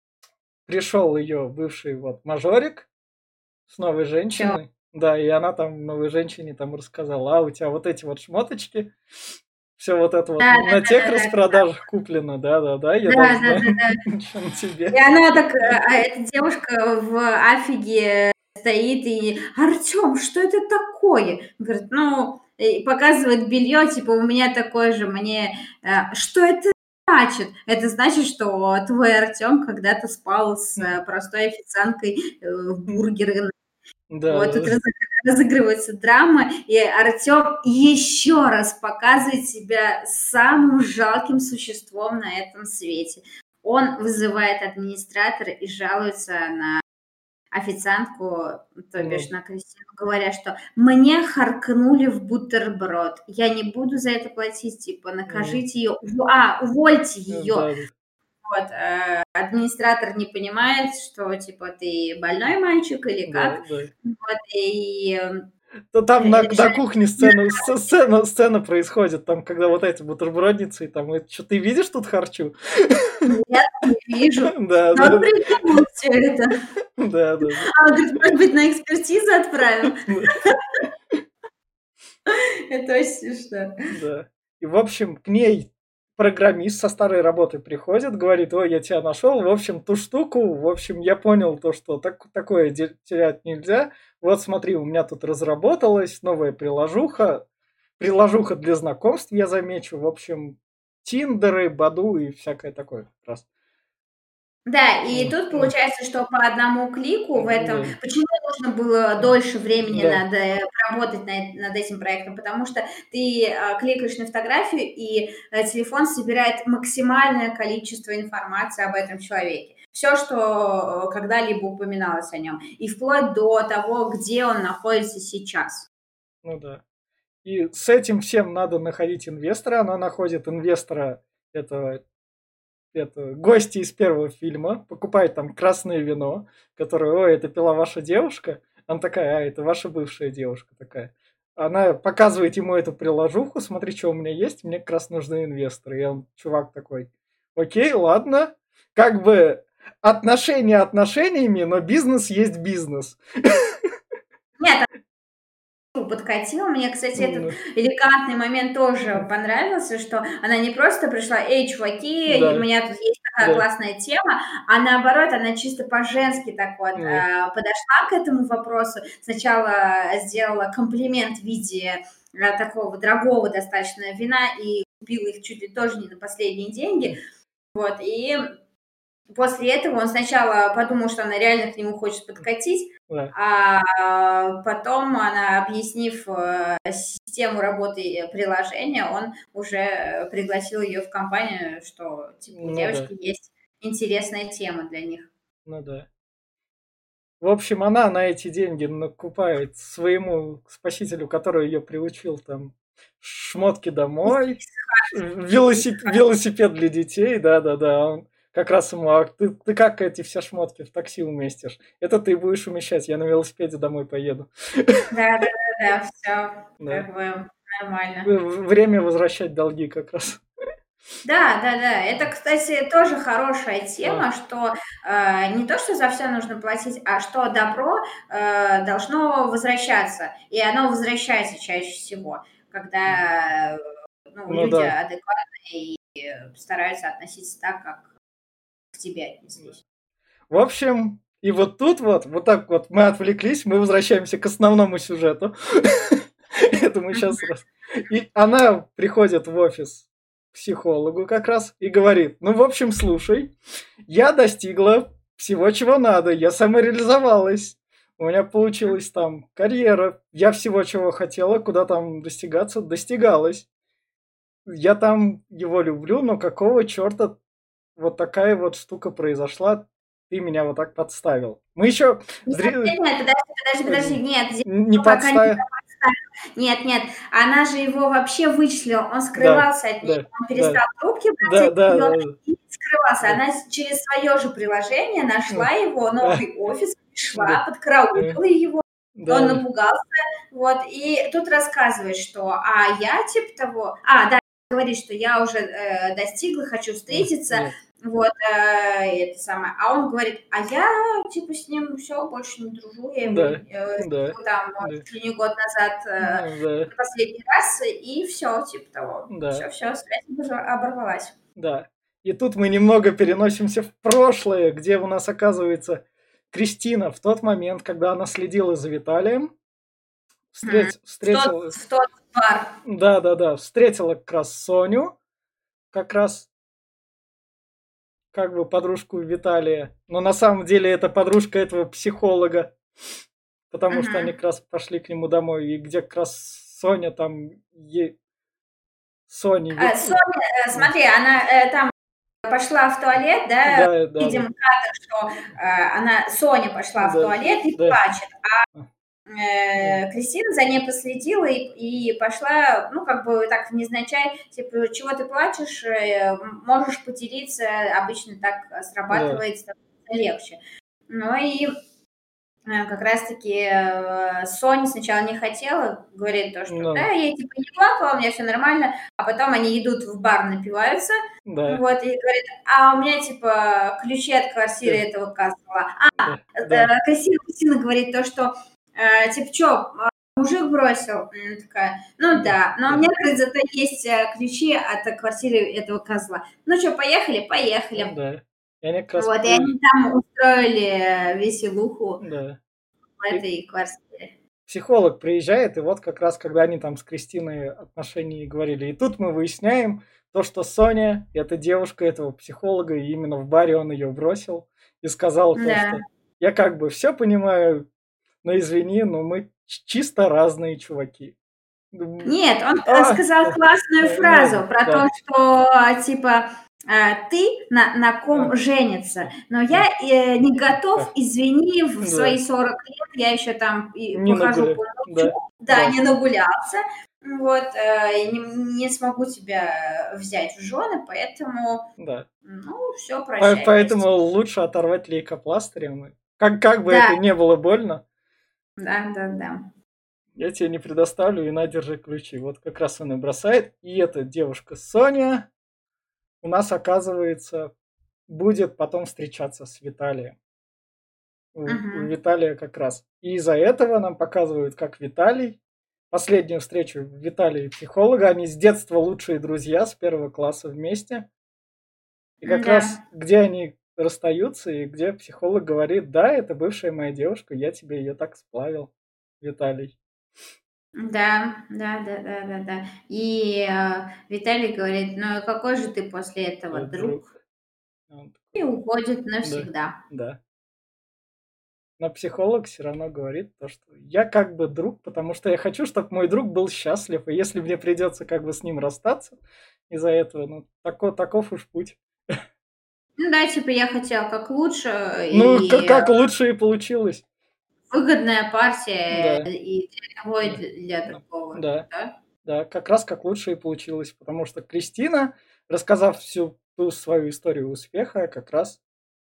пришел ее бывший вот мажорик с новой Всё. женщиной, да, и она там новой женщине там рассказала, а у тебя вот эти вот шмоточки, все вот это вот на тех Да-да-да-да-да. распродажах куплено, да-да-да, я должна, Да-да-да-да. что на И тебе. она так, э, а эта девушка в афиге стоит и: "Артём, что это такое?" Говорит: "Ну", и показывает белье, типа: "У меня такое же". Мне, э: "Что это значит?" Это значит, что твой Артём когда-то спал с э, простой официанткой, э, в бургерной. Да, Вот да, тут разыгр разыгрывается драма, и Артём еще раз показывает себя самым жалким существом на этом свете. Он вызывает администратора и жалуется на официантку, то бишь ну, на Кристину, говоря, что мне харкнули в бутерброд, я не буду за это платить, типа м, накажите ее, а, увольте ее. да, да, Вот, э, администратор не понимает, что типа ты больной мальчик или да, как. да. Вот, и, э, То там на, на решает кухне сцена, сц- сцена, сцена происходит, там, когда вот эти бутербродницы, и там, что ты видишь тут харчу? нет, не вижу. Да, Но он да, придумал всё это. да, да, да. А он говорит, может быть, на экспертизу отправим? Это очень смешно. Да. И, в общем, к ней программист со старой работы приходит, говорит, ой, я тебя нашел, в общем, ту штуку, в общем, я понял то, что так, такое де- терять нельзя. Вот смотри, у меня тут разработалась новая приложуха, приложуха для знакомств, я замечу, в общем, Тиндеры, Баду и всякое такое как раз. Да, и М, тут м. получается, что по одному клику в М, этом да. почему нужно было М, дольше времени да. над, э, поработать на эт над этим проектом? Потому что ты, а, кликаешь на фотографию, и, э, телефон собирает максимальное количество информации об этом человеке. Всё, что когда-либо упоминалось о нём, и вплоть до того, где он находится сейчас. Ну да. И с этим всем надо находить инвестора. Она находит инвестора, этого это гостя из первого фильма, покупает там красное вино, которое: "Ой, это пила ваша девушка?" Она такая: "А, это ваша бывшая девушка такая". Она показывает ему эту приложуху: "Смотри, чё у меня есть, мне как раз нужны инвесторы". И он, чувак такой: "Окей, ладно". Как бы отношения отношениями, но бизнес есть бизнес. Нет, а подкатил. Мне, кстати, М, этот да. элегантный момент тоже М. понравился, что она не просто пришла: "Эй, чуваки, у Да. меня тут есть такая Да. классная тема", а наоборот, она чисто по-женски так вот, Да. а, подошла к этому вопросу. Сначала сделала комплимент в виде, а, такого дорогого достаточно вина и купила их чуть ли тоже не на последние деньги. М. Вот, и после этого он сначала подумал, что она реально к нему хочет М. подкатить, Да. а потом она, объяснив, э, систему работы приложения, он уже пригласил её в компанию, что типа у Ну да. девочки есть интересная тема для них. Ну да. В общем, она на эти деньги накупает своему спасителю, который её приучил, там шмотки домой, велосип велосипед для детей. Да-да-да. Он как раз ему: "А ты ты как эти все шмотки в такси уместишь?" "Это ты будешь умещать, я на велосипеде домой поеду". Да-да-да-да, всё Да. как бы В нормально. в время возвращать долги как раз. Да, да-да. Это, кстати, тоже хорошая Да. тема, что, э, не то, что за всё нужно платить, а что добро, э, должно возвращаться. И оно возвращается чаще всего, М. когда, э, ну, Ну люди да. адекватные и стараются относиться так, как к тебе Да. отнеслись. В общем, и вот тут вот, вот так вот мы отвлеклись, мы возвращаемся к основному сюжету. Это мы Мгм. щас рас И она приходит в офис к психологу как раз и говорит: "Ну, в общем, слушай, я достигла всего, чего надо, я самореализовалась, у меня М. получилась там карьера, я всего, чего хотела, куда там достигаться, достигалась. Я там его люблю, но какого чёрта вот такая вот штука произошла, ты меня вот так подставил". Мы еще Нет, зри нет, нет, подожди, подожди, подожди, Н нет, здесь не пока не подста про подставу. Нет, нет, она же его вообще вычислила, он Да, скрывался от неё, да, он да. перестал трубки брать Да, от да, неё да, да. и скрывался. Да. Она с через своё же приложение М. нашла его А. новый офис, Да. пришла, Э. подкараулила его, он Да. напугался. Вот, и тут рассказывает, что: "А я типа того" А, да, говорит, что: "Я уже, э, достигла, хочу М, встретиться". нет. Вот, э, это самое. А он говорит: "А я типа с ним всё, больше не дружу, я его, Да, э, да, видела там да. чуть ли не год назад, э, Ну да. последний раз, и всё, типа того. Да. Всё-всё, связь оборв оборвалась". Да. И тут мы немного переносимся в прошлое, где у нас оказывается Кристина в тот момент, когда она следила за Виталием, Мгм. встрети В тот встретила в тот бар. Да-да-да, встретила как раз Соню, как раз как бы подружку Виталия, но на самом деле это подружка этого психолога, потому что они Мгм. как раз пошли к нему домой, и где как раз Соня там ей Соне А, Вит Соня, э, М. смотри, она, э, там пошла в туалет, да, Да, да-да. видим кадр, что, э, она, Соня пошла в Да, туалет и да. плачет, А. а, М. э, Кристина за ней последила и и пошла, ну, как бы так невзначай, типа: "Чего ты плачешь? Э, м можешь поделиться". Обычно так Да. срабатывает, становится легче. Ну и, э, как раз таки, э, Соня сначала не хотела, говорит то, что: "Да, Да. я типа не плакала, у меня всё нормально". А потом они идут в бар, напиваются, Да. вот, и говорит: "А у меня типа ключи от квартиры Да. этого Козла". А, Да, э, да. Кристина Кристина говорит то, что, э, типа: "Чё, а, мужик бросил?" Она такая: "Ну Да, да, но у да. меня, говорит, зато есть, э, ключи от квартиры этого Козла. Ну чё, поехали?" Ну "Поехали". да. И они как раз Вот, и приезж они там устроили веселуху Да. в И этой квартире. психолог приезжает, и вот как раз, когда они там с Кристиной отношения говорили, и тут мы выясняем то, что Соня, это девушка этого психолога, и именно в баре он ее бросил и сказал то, Да. что я как бы все понимаю, но извини, но мы ч- чисто разные чуваки. Думаю, Нет, он э, а, сказал да, классную ну, фразу про да, то, что типа э, ты на, на ком да, женится, но да, я э, не готов, да, извини, в свои да, сорок лет я еще там и не похожу нагуля, помолчу, да, да, да, не нагулялся, вот, э, и не, не смогу тебя взять в жены, поэтому, да. ну, все, По- прощай, Поэтому прости. лучше оторвать лейкопластырем. и Как, как бы Да, это не было больно, да, да, да. я тебе не предоставлю, и на, держи ключи. Вот как раз он и бросает. И эта девушка Соня у нас, оказывается, будет потом встречаться с Виталием. У, у Мгм. Виталия как раз. И из-за этого нам показывают, как Виталий, последнюю встречу Виталия и психолога, они с детства лучшие друзья, с первого класса вместе. И как Да. раз где они расстаются, и где психолог говорит, да, это бывшая моя девушка, я тебе ее так сплавил, Виталий. Да, да, да, да, да, да. И э, Виталий говорит, ну и какой же ты после этого Вот друг. друг? А он И такой, уходит да, навсегда. да. Но психолог все равно говорит то, что я как бы друг, потому что я хочу, чтобы мой друг был счастлив, и если мне придется как бы с ним расстаться из-за этого, ну, тако, таков уж путь. Ну да, типа я хотела как лучше, Ну, и как, э, как лучше и получилось. выгодная партия Да, и для того, и да, для да, другого, да. да? Да, как раз как лучше и получилось, потому что Кристина, рассказав всю ту свою историю успеха, как раз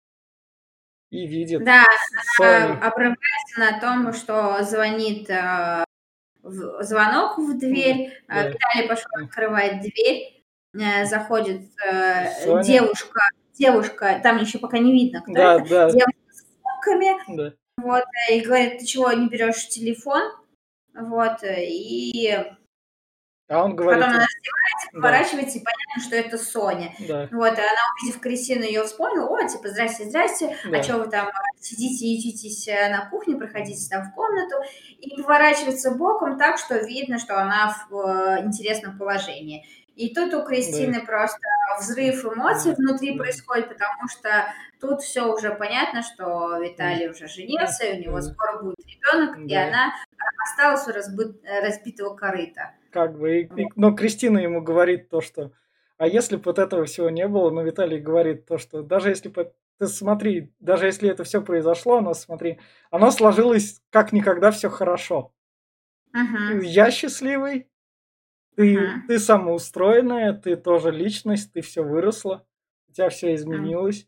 и видит Да, С- она Соню. обрывается на том, что звонит э, в- звонок в Да, дверь, э, да. Виталий пошел открывать дверь, э, заходит э, Соня. девушка, девушка, там еще пока не видно, кто Да, это, да, девушка с сумками, да, вот, э, и говорит, ты чего не берешь телефон, вот, э, и а он потом говорит, она да, поворачивается, и понятно, что это Соня. да, Вот, и она, увидев Кристину, ее вспомнила, о, типа, здрасте, здрасте, а да, что вы там э, сидите, ютитесь э, на кухне, проходите там в комнату, и поворачивается боком так, что видно, что она в э, интересном положении. И тут у да, Кристины просто взрыв эмоций да, внутри да, происходит, потому что тут все уже понятно, что да, Виталий уже да, женился, и у него да, скоро будет ребенок, и да. она осталась у разбит- э, разбитого корыта. Как бы, и- и- но Кристина ему говорит то, что, а если бы вот этого всего не было, но Виталий говорит то, что даже если бы, ты смотри, даже если это все произошло, но смотри, оно сложилось как никогда все хорошо. Мгм. Я счастливый, ты, Мгм. ты самоустроенная, ты тоже личность, ты все выросла, у тебя все М. изменилось.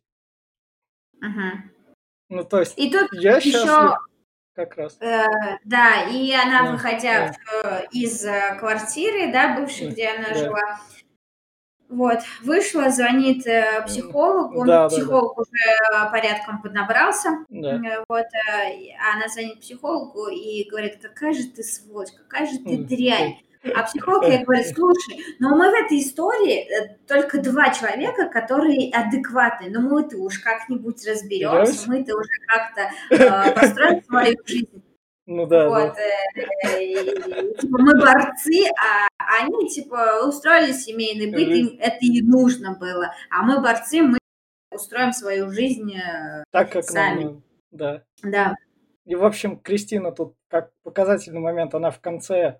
Мгм. Ну, то есть, И тут я еще, счастлив как раз. э, да, и она, Да, выходя да, в, э, из э, квартиры, да, бывшей, да, где она да, жила, вот, вышла, звонит э, м, психологу, да, да, да, психолог уже э, порядком поднабрался, да, м, э, вот, э, и она звонит психологу и говорит, какая же ты сволочь, какая же ты м, дрянь. да. А психолог ей говорит, слушай, но мы в этой истории э, только два человека, которые адекватные, но мы-то уж как-нибудь разберемся, Беремся? мы-то уже как-то э, построим свою жизнь. Ну да, Вот, да. э, и, типа, мы борцы, а они, типа, устроили семейный быт, Жизнь им это и нужно было. А мы борцы, мы устроим свою жизнь э, так, как нам сами. надо. Да. Да. И, в общем, Кристина тут как показательный момент, она в конце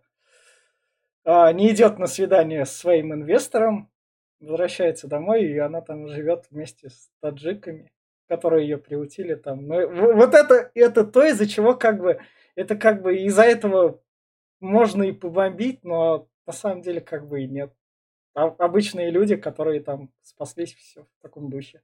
а, не идет на свидание с своим инвестором, возвращается домой, и она там живет вместе с таджиками, которые ее приутили там. Ну, в- вот это, это то, из-за чего как бы, это как бы из-за этого можно и побомбить, но на самом деле как бы и нет. А- обычные люди, которые там спаслись, все в таком духе.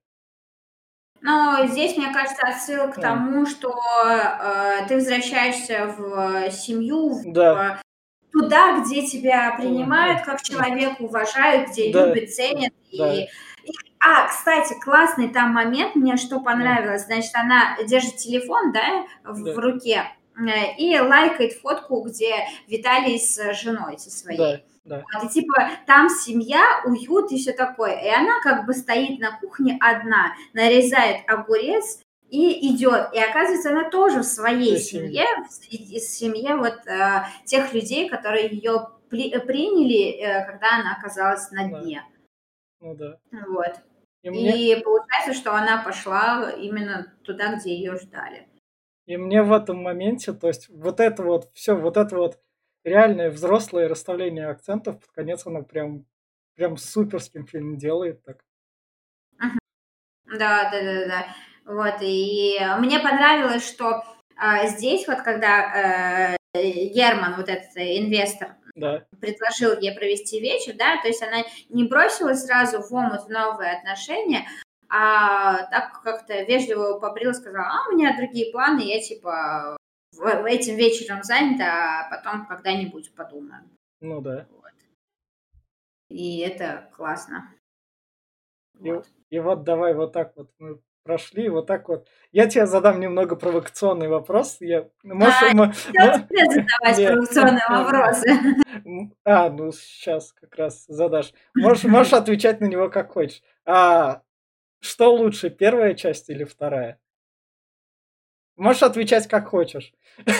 Но здесь, мне кажется, отсыл к А, тому, что э, ты возвращаешься в семью, да, в туда, где тебя а, а, принимают как а, человека, уважают, где да, любят, ценят. И, да, и- а, кстати, классный там момент, мне что да, понравилось, значит, она держит телефон, да, в, в да, руке э, и лайкает фотку, где Виталий с женой со да, своей. да, Вот, и типа там семья, уют и все такое. И она как бы стоит на кухне одна, нарезает огурец и идет. И оказывается, она тоже в своей Для семье, семьи. в среди- семье вот э, тех людей, которые ее приняли, э, когда она оказалась на Да, дне. ну да. Вот. И мне, И получается, что она пошла именно туда, где ее ждали. и мне в этом моменте, то есть вот это вот все, вот это вот реальное взрослое расставление акцентов, под конец оно прям, прям суперским фильм делает так. Мгм. Да, да, да, да. Вот, и мне понравилось, что а, здесь вот, когда э, Герман, вот этот э, инвестор, Да, предложил ей провести вечер, да, то есть она не бросилась сразу в омут в новые отношения, а так как-то вежливо побрила, сказала, а у меня другие планы, я типа в- этим вечером занята, а потом когда-нибудь подумаю. ну да. Вот. И это классно. И, Вот. и вот давай вот так вот мы прошли, вот так вот. Я тебе задам немного провокационный вопрос. Я, можешь, А, мо- хотела мо- тебе задавать не, провокационные вопросы. м, а, ну сейчас как раз задашь. Можешь, можешь отвечать на него как хочешь. А что лучше, первая часть или вторая? Можешь отвечать как хочешь.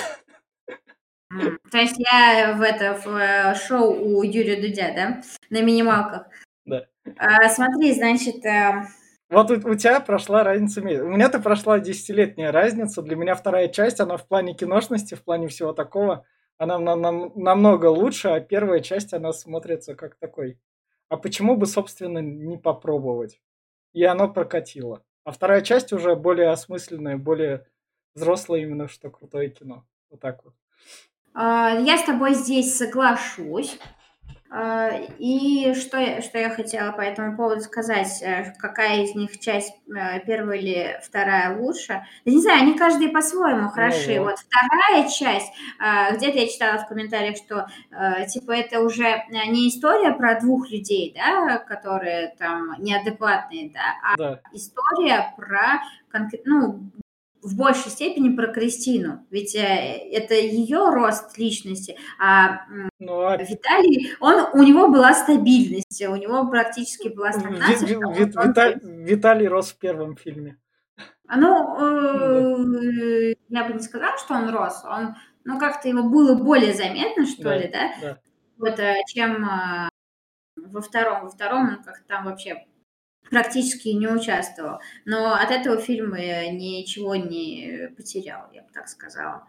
М, То есть я в это в э, шоу у Юрия Дудя, да, на минималках. Да. А, смотри, значит, э, Вот у, у тебя прошла разница. ме- У меня-то прошла десятилетняя разница. Для меня вторая часть, она в плане киношности, в плане всего такого, она нам, нам- намного лучше, а первая часть, она смотрится как такой. А почему бы, собственно, не попробовать? И оно прокатило. А вторая часть уже более осмысленная, более взрослая, именно что крутое кино. Вот так вот. а, я с тобой здесь соглашусь. А, И что я, что я хотела по этому поводу сказать, э, какая из них часть, э, первая или вторая лучше. Да не знаю, они каждый по-своему Ну хороши. вот, Вот вторая часть, а, где-то я читала в комментариях, что э, типа это уже э, не история про двух людей, да, которые там неадекватные, да, а да. история про конкрет- ну, в большей степени про Кристину. Ведь э, это ее рост личности, а Ну, а Виталий, он, у него была стабильность, у него практически была Ви- стагнация, Ви- потому Ви- что он Вита- при- Виталий рос в первом фильме. а, ну, Да, э, я бы не сказала, что он рос, он, ну, как-то его было более заметно, что ли, да, да, да. вот, э, чем э, во втором. Во втором он как-то там вообще практически не участвовал. Но от этого фильма ничего не потерял, я бы так сказала.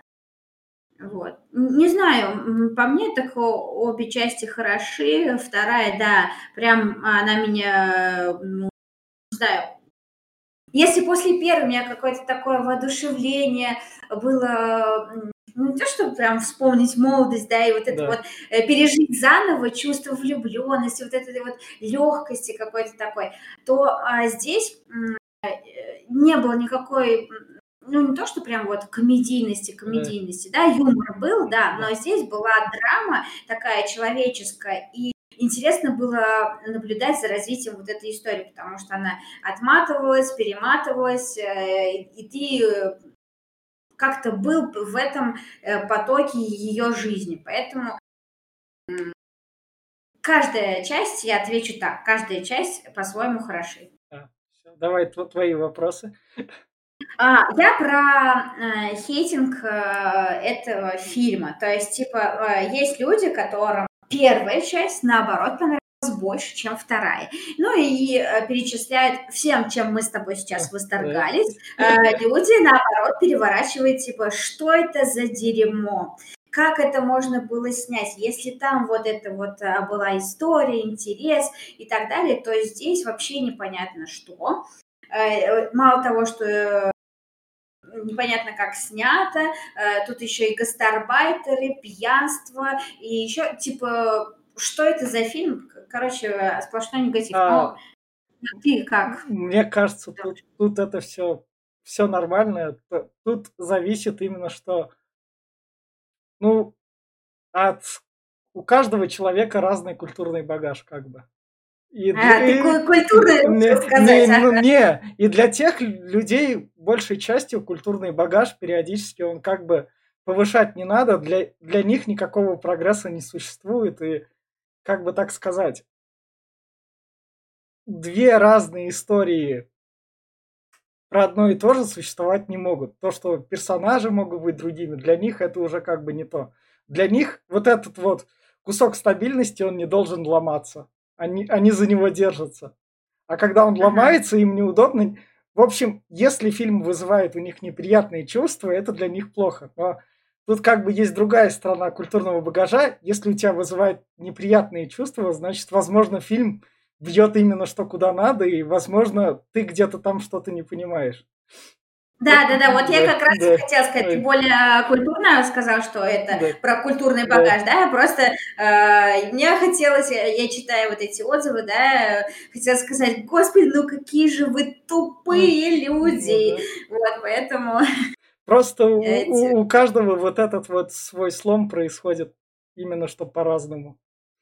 Вот. Н не знаю, м, по мне, так о обе части хороши. Вторая, да, прям она меня, э, ну, не знаю, если после первой у меня какое-то такое воодушевление было, м, ну, не то, чтобы прям вспомнить молодость, да, и вот это Да. вот, э, пережить заново чувство влюблённости, вот этой вот лёгкости какой-то такой, то, а, здесь, м, э, не было никакой, м, ну, не то, что прям вот комедийности Да, комедийности, да, юмор был, да, да. но здесь была драма такая человеческая, и интересно было наблюдать за развитием вот этой истории, потому что она отматывалась, перематывалась, э, и ты э, как-то был в этом э, потоке ее жизни. Поэтому каждая часть, я отвечу так, каждая часть по-своему хороши. А, всё, давай тв- твои вопросы. А, я про э, хейтинг э, этого фильма. То есть, типа, э, есть люди, которым первая часть, наоборот, понравилась больше, чем вторая. Ну и э, перечисляют всем, чем мы с тобой А, сейчас да. восторгались, э, люди, наоборот, переворачивают, типа, что это за дерьмо? Как это можно было снять? Если там вот это вот а, была история, интерес и так далее, то здесь вообще непонятно что. Э, э, Мало того, что э, непонятно как снято, э, тут еще и гастарбайтеры, пьянство, и еще, типа, что это за фильм? К- Короче, сплошной негатив. А, Но ты как? мне кажется, тут, тут это все, все нормально. Т- Тут зависит именно, что, ну, от у каждого человека разный культурный багаж, как бы. И, А, ты для- и- ку- культурно не, решил сказать, не, ну, ага. не, и для тех людей большей частью культурный багаж периодически он как бы повышать не надо, для, для них никакого прогресса не существует, и как бы так сказать, две разные истории про одно и то же существовать не могут. То, что персонажи могут быть другими, для них это уже как бы не то. Для них вот этот вот кусок стабильности, он не должен ломаться. Они, они за него держатся. А когда он Мгм. ломается, им неудобно. В общем, если фильм вызывает у них неприятные чувства, это для них плохо. Но тут как бы есть другая сторона культурного багажа. Если у тебя вызывает неприятные чувства, значит, возможно, фильм бьет именно что куда надо, и, возможно, ты где-то там что-то не понимаешь. Вот, Да-да-да, вот я да, как раз и да, хотела сказать, ты ой, более культурно сказал, что это да, про культурный да, багаж, да. Просто, э, мне хотелось, я я читаю вот эти отзывы, да, э, хотела сказать: "Господи, ну какие же вы м, тупые ну люди!" да. Вот поэтому Просто у, эти у, у каждого вот этот вот свой слом происходит именно что по-разному.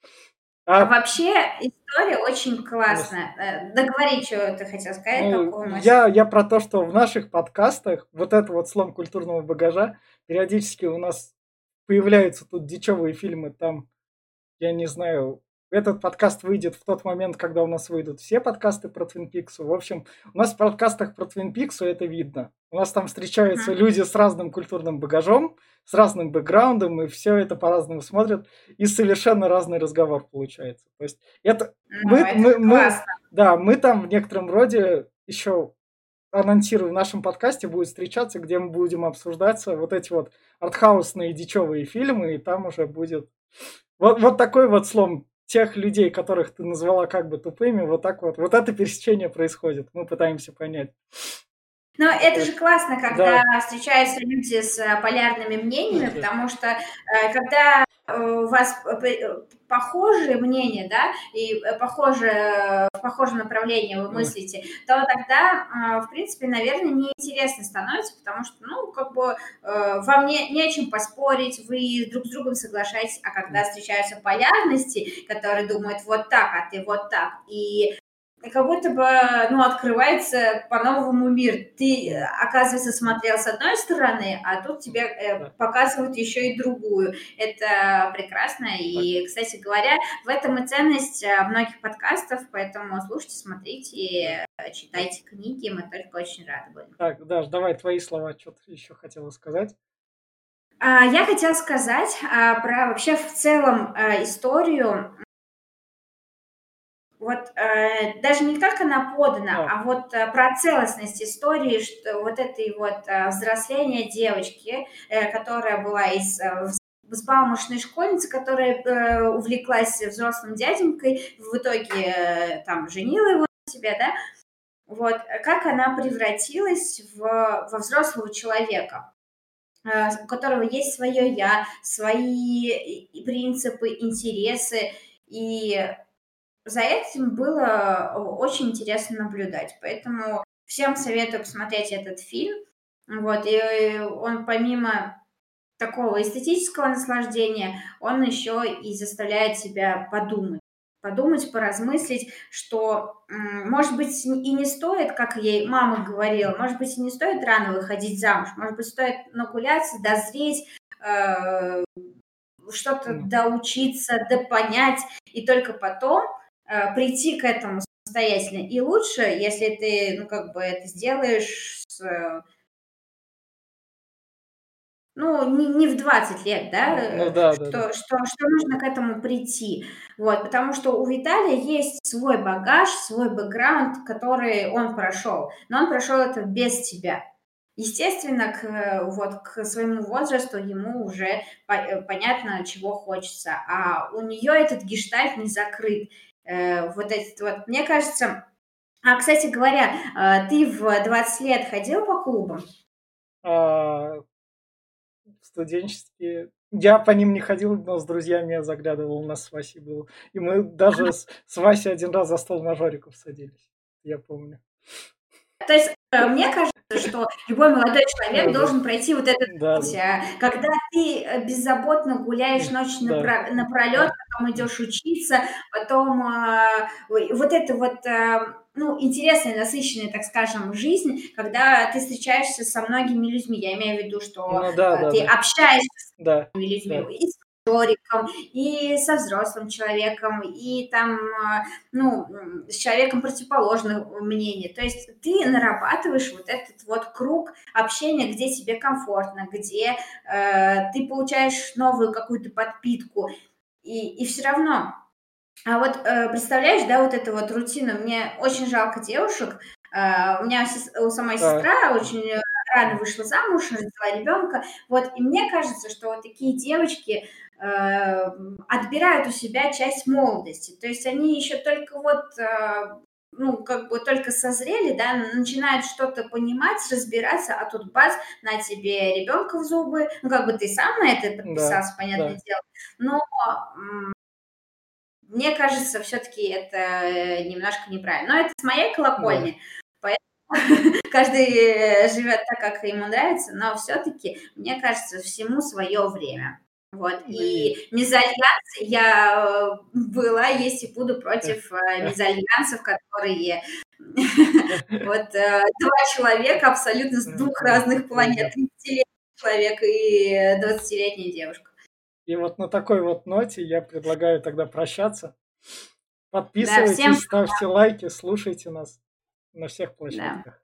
А А вообще история очень Мис классная. Э, договори, чё ты хотел сказать, Ну, какую мысль. я я про то, что в наших подкастах вот это вот слом культурного багажа периодически у нас появляются тут дичевые фильмы. Там, я не знаю, этот подкаст выйдет в тот момент, когда у нас выйдут все подкасты про Twin Peaks. В общем, у нас в подкастах про Twin Peaks это видно. У нас там встречаются Мгм. люди с разным культурным багажом, с разным бэкграундом, и все это по-разному смотрят, и совершенно разный разговор получается. То есть это Ну, мы это мы мы классно. да, мы там в некотором роде еще анонсирую, в нашем подкасте будет встречаться, где мы будем обсуждаться вот эти вот артхаусные дичевые фильмы, и там уже будет вот, вот такой вот слом тех людей, которых ты назвала как бы тупыми, вот так вот. Вот это пересечение происходит. Мы пытаемся понять. Но это Это, же классно, когда да, встречаются люди с, э, полярными мнениями, да, потому что, э, когда, э, у вас п п э, похожие мнения, да, и, э, похожее в похожем направлении вы м, мыслите, то тогда, а, в принципе, наверно, неинтересно становится, потому что, ну, как бы, э, вам не не о чем поспорить, вы друг с другом соглашаетесь. А когда м. встречаются полярности, которые думают вот так, а ты вот так, и как будто бы, ну, открывается по-новому мир. Ты, э, М, оказывается, смотрел с одной стороны, а тут м, тебе, э, да. показывают еще и другую. Это прекрасно. Так, И, кстати говоря, в этом и ценность, э, многих подкастов, поэтому слушайте, да, смотрите, э, да. читайте книги, мы только очень рады будем. Так, Даш, давай твои слова, что ты еще хотела сказать? А, я хотела сказать, а, про вообще в целом, э, историю. Вот, э, даже не как она подана, А, а вот, э, про целостность истории, что вот этой вот, э, взросления девочки, э, которая была из, э, вз взбалмошной школьницы, которая, э, увлеклась взрослым дяденькой, в итоге, э, там женила его на себе, да. Вот, э, как она превратилась в во взрослого человека, э, у которого есть свое "я", свои и и принципы, интересы. И за этим было очень интересно наблюдать. Поэтому всем советую посмотреть этот фильм. Вот, и он помимо такого эстетического наслаждения, он еще и заставляет тебя подумать. Подумать, поразмыслить, что, м, может быть, и не стоит, как ей мама говорила, может быть, и не стоит рано выходить замуж, может быть, стоит нагуляться, дозреть, э, что-то м, доучиться, допонять, и только потом, э, прийти к этому самостоятельно. И лучше, если ты, ну, как бы это сделаешь с, э, ну, не не в двадцать лет, да, м, ну э, да, да, да. что что что нужно к этому прийти. Вот, потому что у Виталия есть свой багаж, свой бэкграунд, который он прошел, но он прошел это без тебя. Естественно, к, э, вот к своему возрасту ему уже по э, понятно, чего хочется, а у нее этот гештальт не закрыт. Э, вот этот вот, мне кажется. А, кстати говоря, э, ты в двадцать лет ходил по клубам? А, студенческие я по ним не ходил, но с друзьями я заглядывал, у нас с Васей было. И мы даже с с Васей один раз за стол мажориков садились, я помню. То есть, э, мне кажется, что любой молодой Э, человек да. должен пройти вот этот Да, путь, да. а, когда ты, э, беззаботно М, гуляешь ночь да. напра напролёт, Да. потом М, идешь учиться, потом, а, ой, вот это вот, а, ну, интересная, насыщенная, так скажем, жизнь, когда ты встречаешься со многими людьми. Я имею в виду, что, ну да, э, да, ты да. общаешься с Да, этими людьми. да. И историком, и со взрослым человеком, и там, а, ну, м, с человеком противоположного мнения. То есть ты нарабатываешь вот этот вот круг общения, где тебе комфортно, где э, ты получаешь новую какую-то подпитку, и, и все равно. А вот э, представляешь, да, вот эту вот рутину. Мне очень жалко девушек. Э, у меня сес- у самой Да, сестра очень э, рано вышла замуж, родила ребенка. Вот, и мне кажется, что вот такие девочки э, м, отбирают у себя часть молодости. То есть они еще только вот э, ну, как бы только созрели, да, начинают что-то понимать, разбираться, а тут бац, на тебе ребенка в зубы. Ну, как бы ты сам на это да, подписался, понятное да. дело. Но мне кажется, все-таки это э, немножко неправильно. Но это с моей Да. колокольни, поэтому каждый э, живет так, как ему нравится, но все-таки, мне кажется, всему свое время. Вот. И И мезальянс, я э, была, есть и буду против э, мезальянсов, которые вот э, два человека абсолютно с двух да, разных да, планет, да. тридцатилетний человек и двадцатилетняя девушка. И вот на такой вот ноте я предлагаю тогда прощаться. Да, всем Подписывайтесь, ставьте лайки, слушайте нас на всех да. площадках.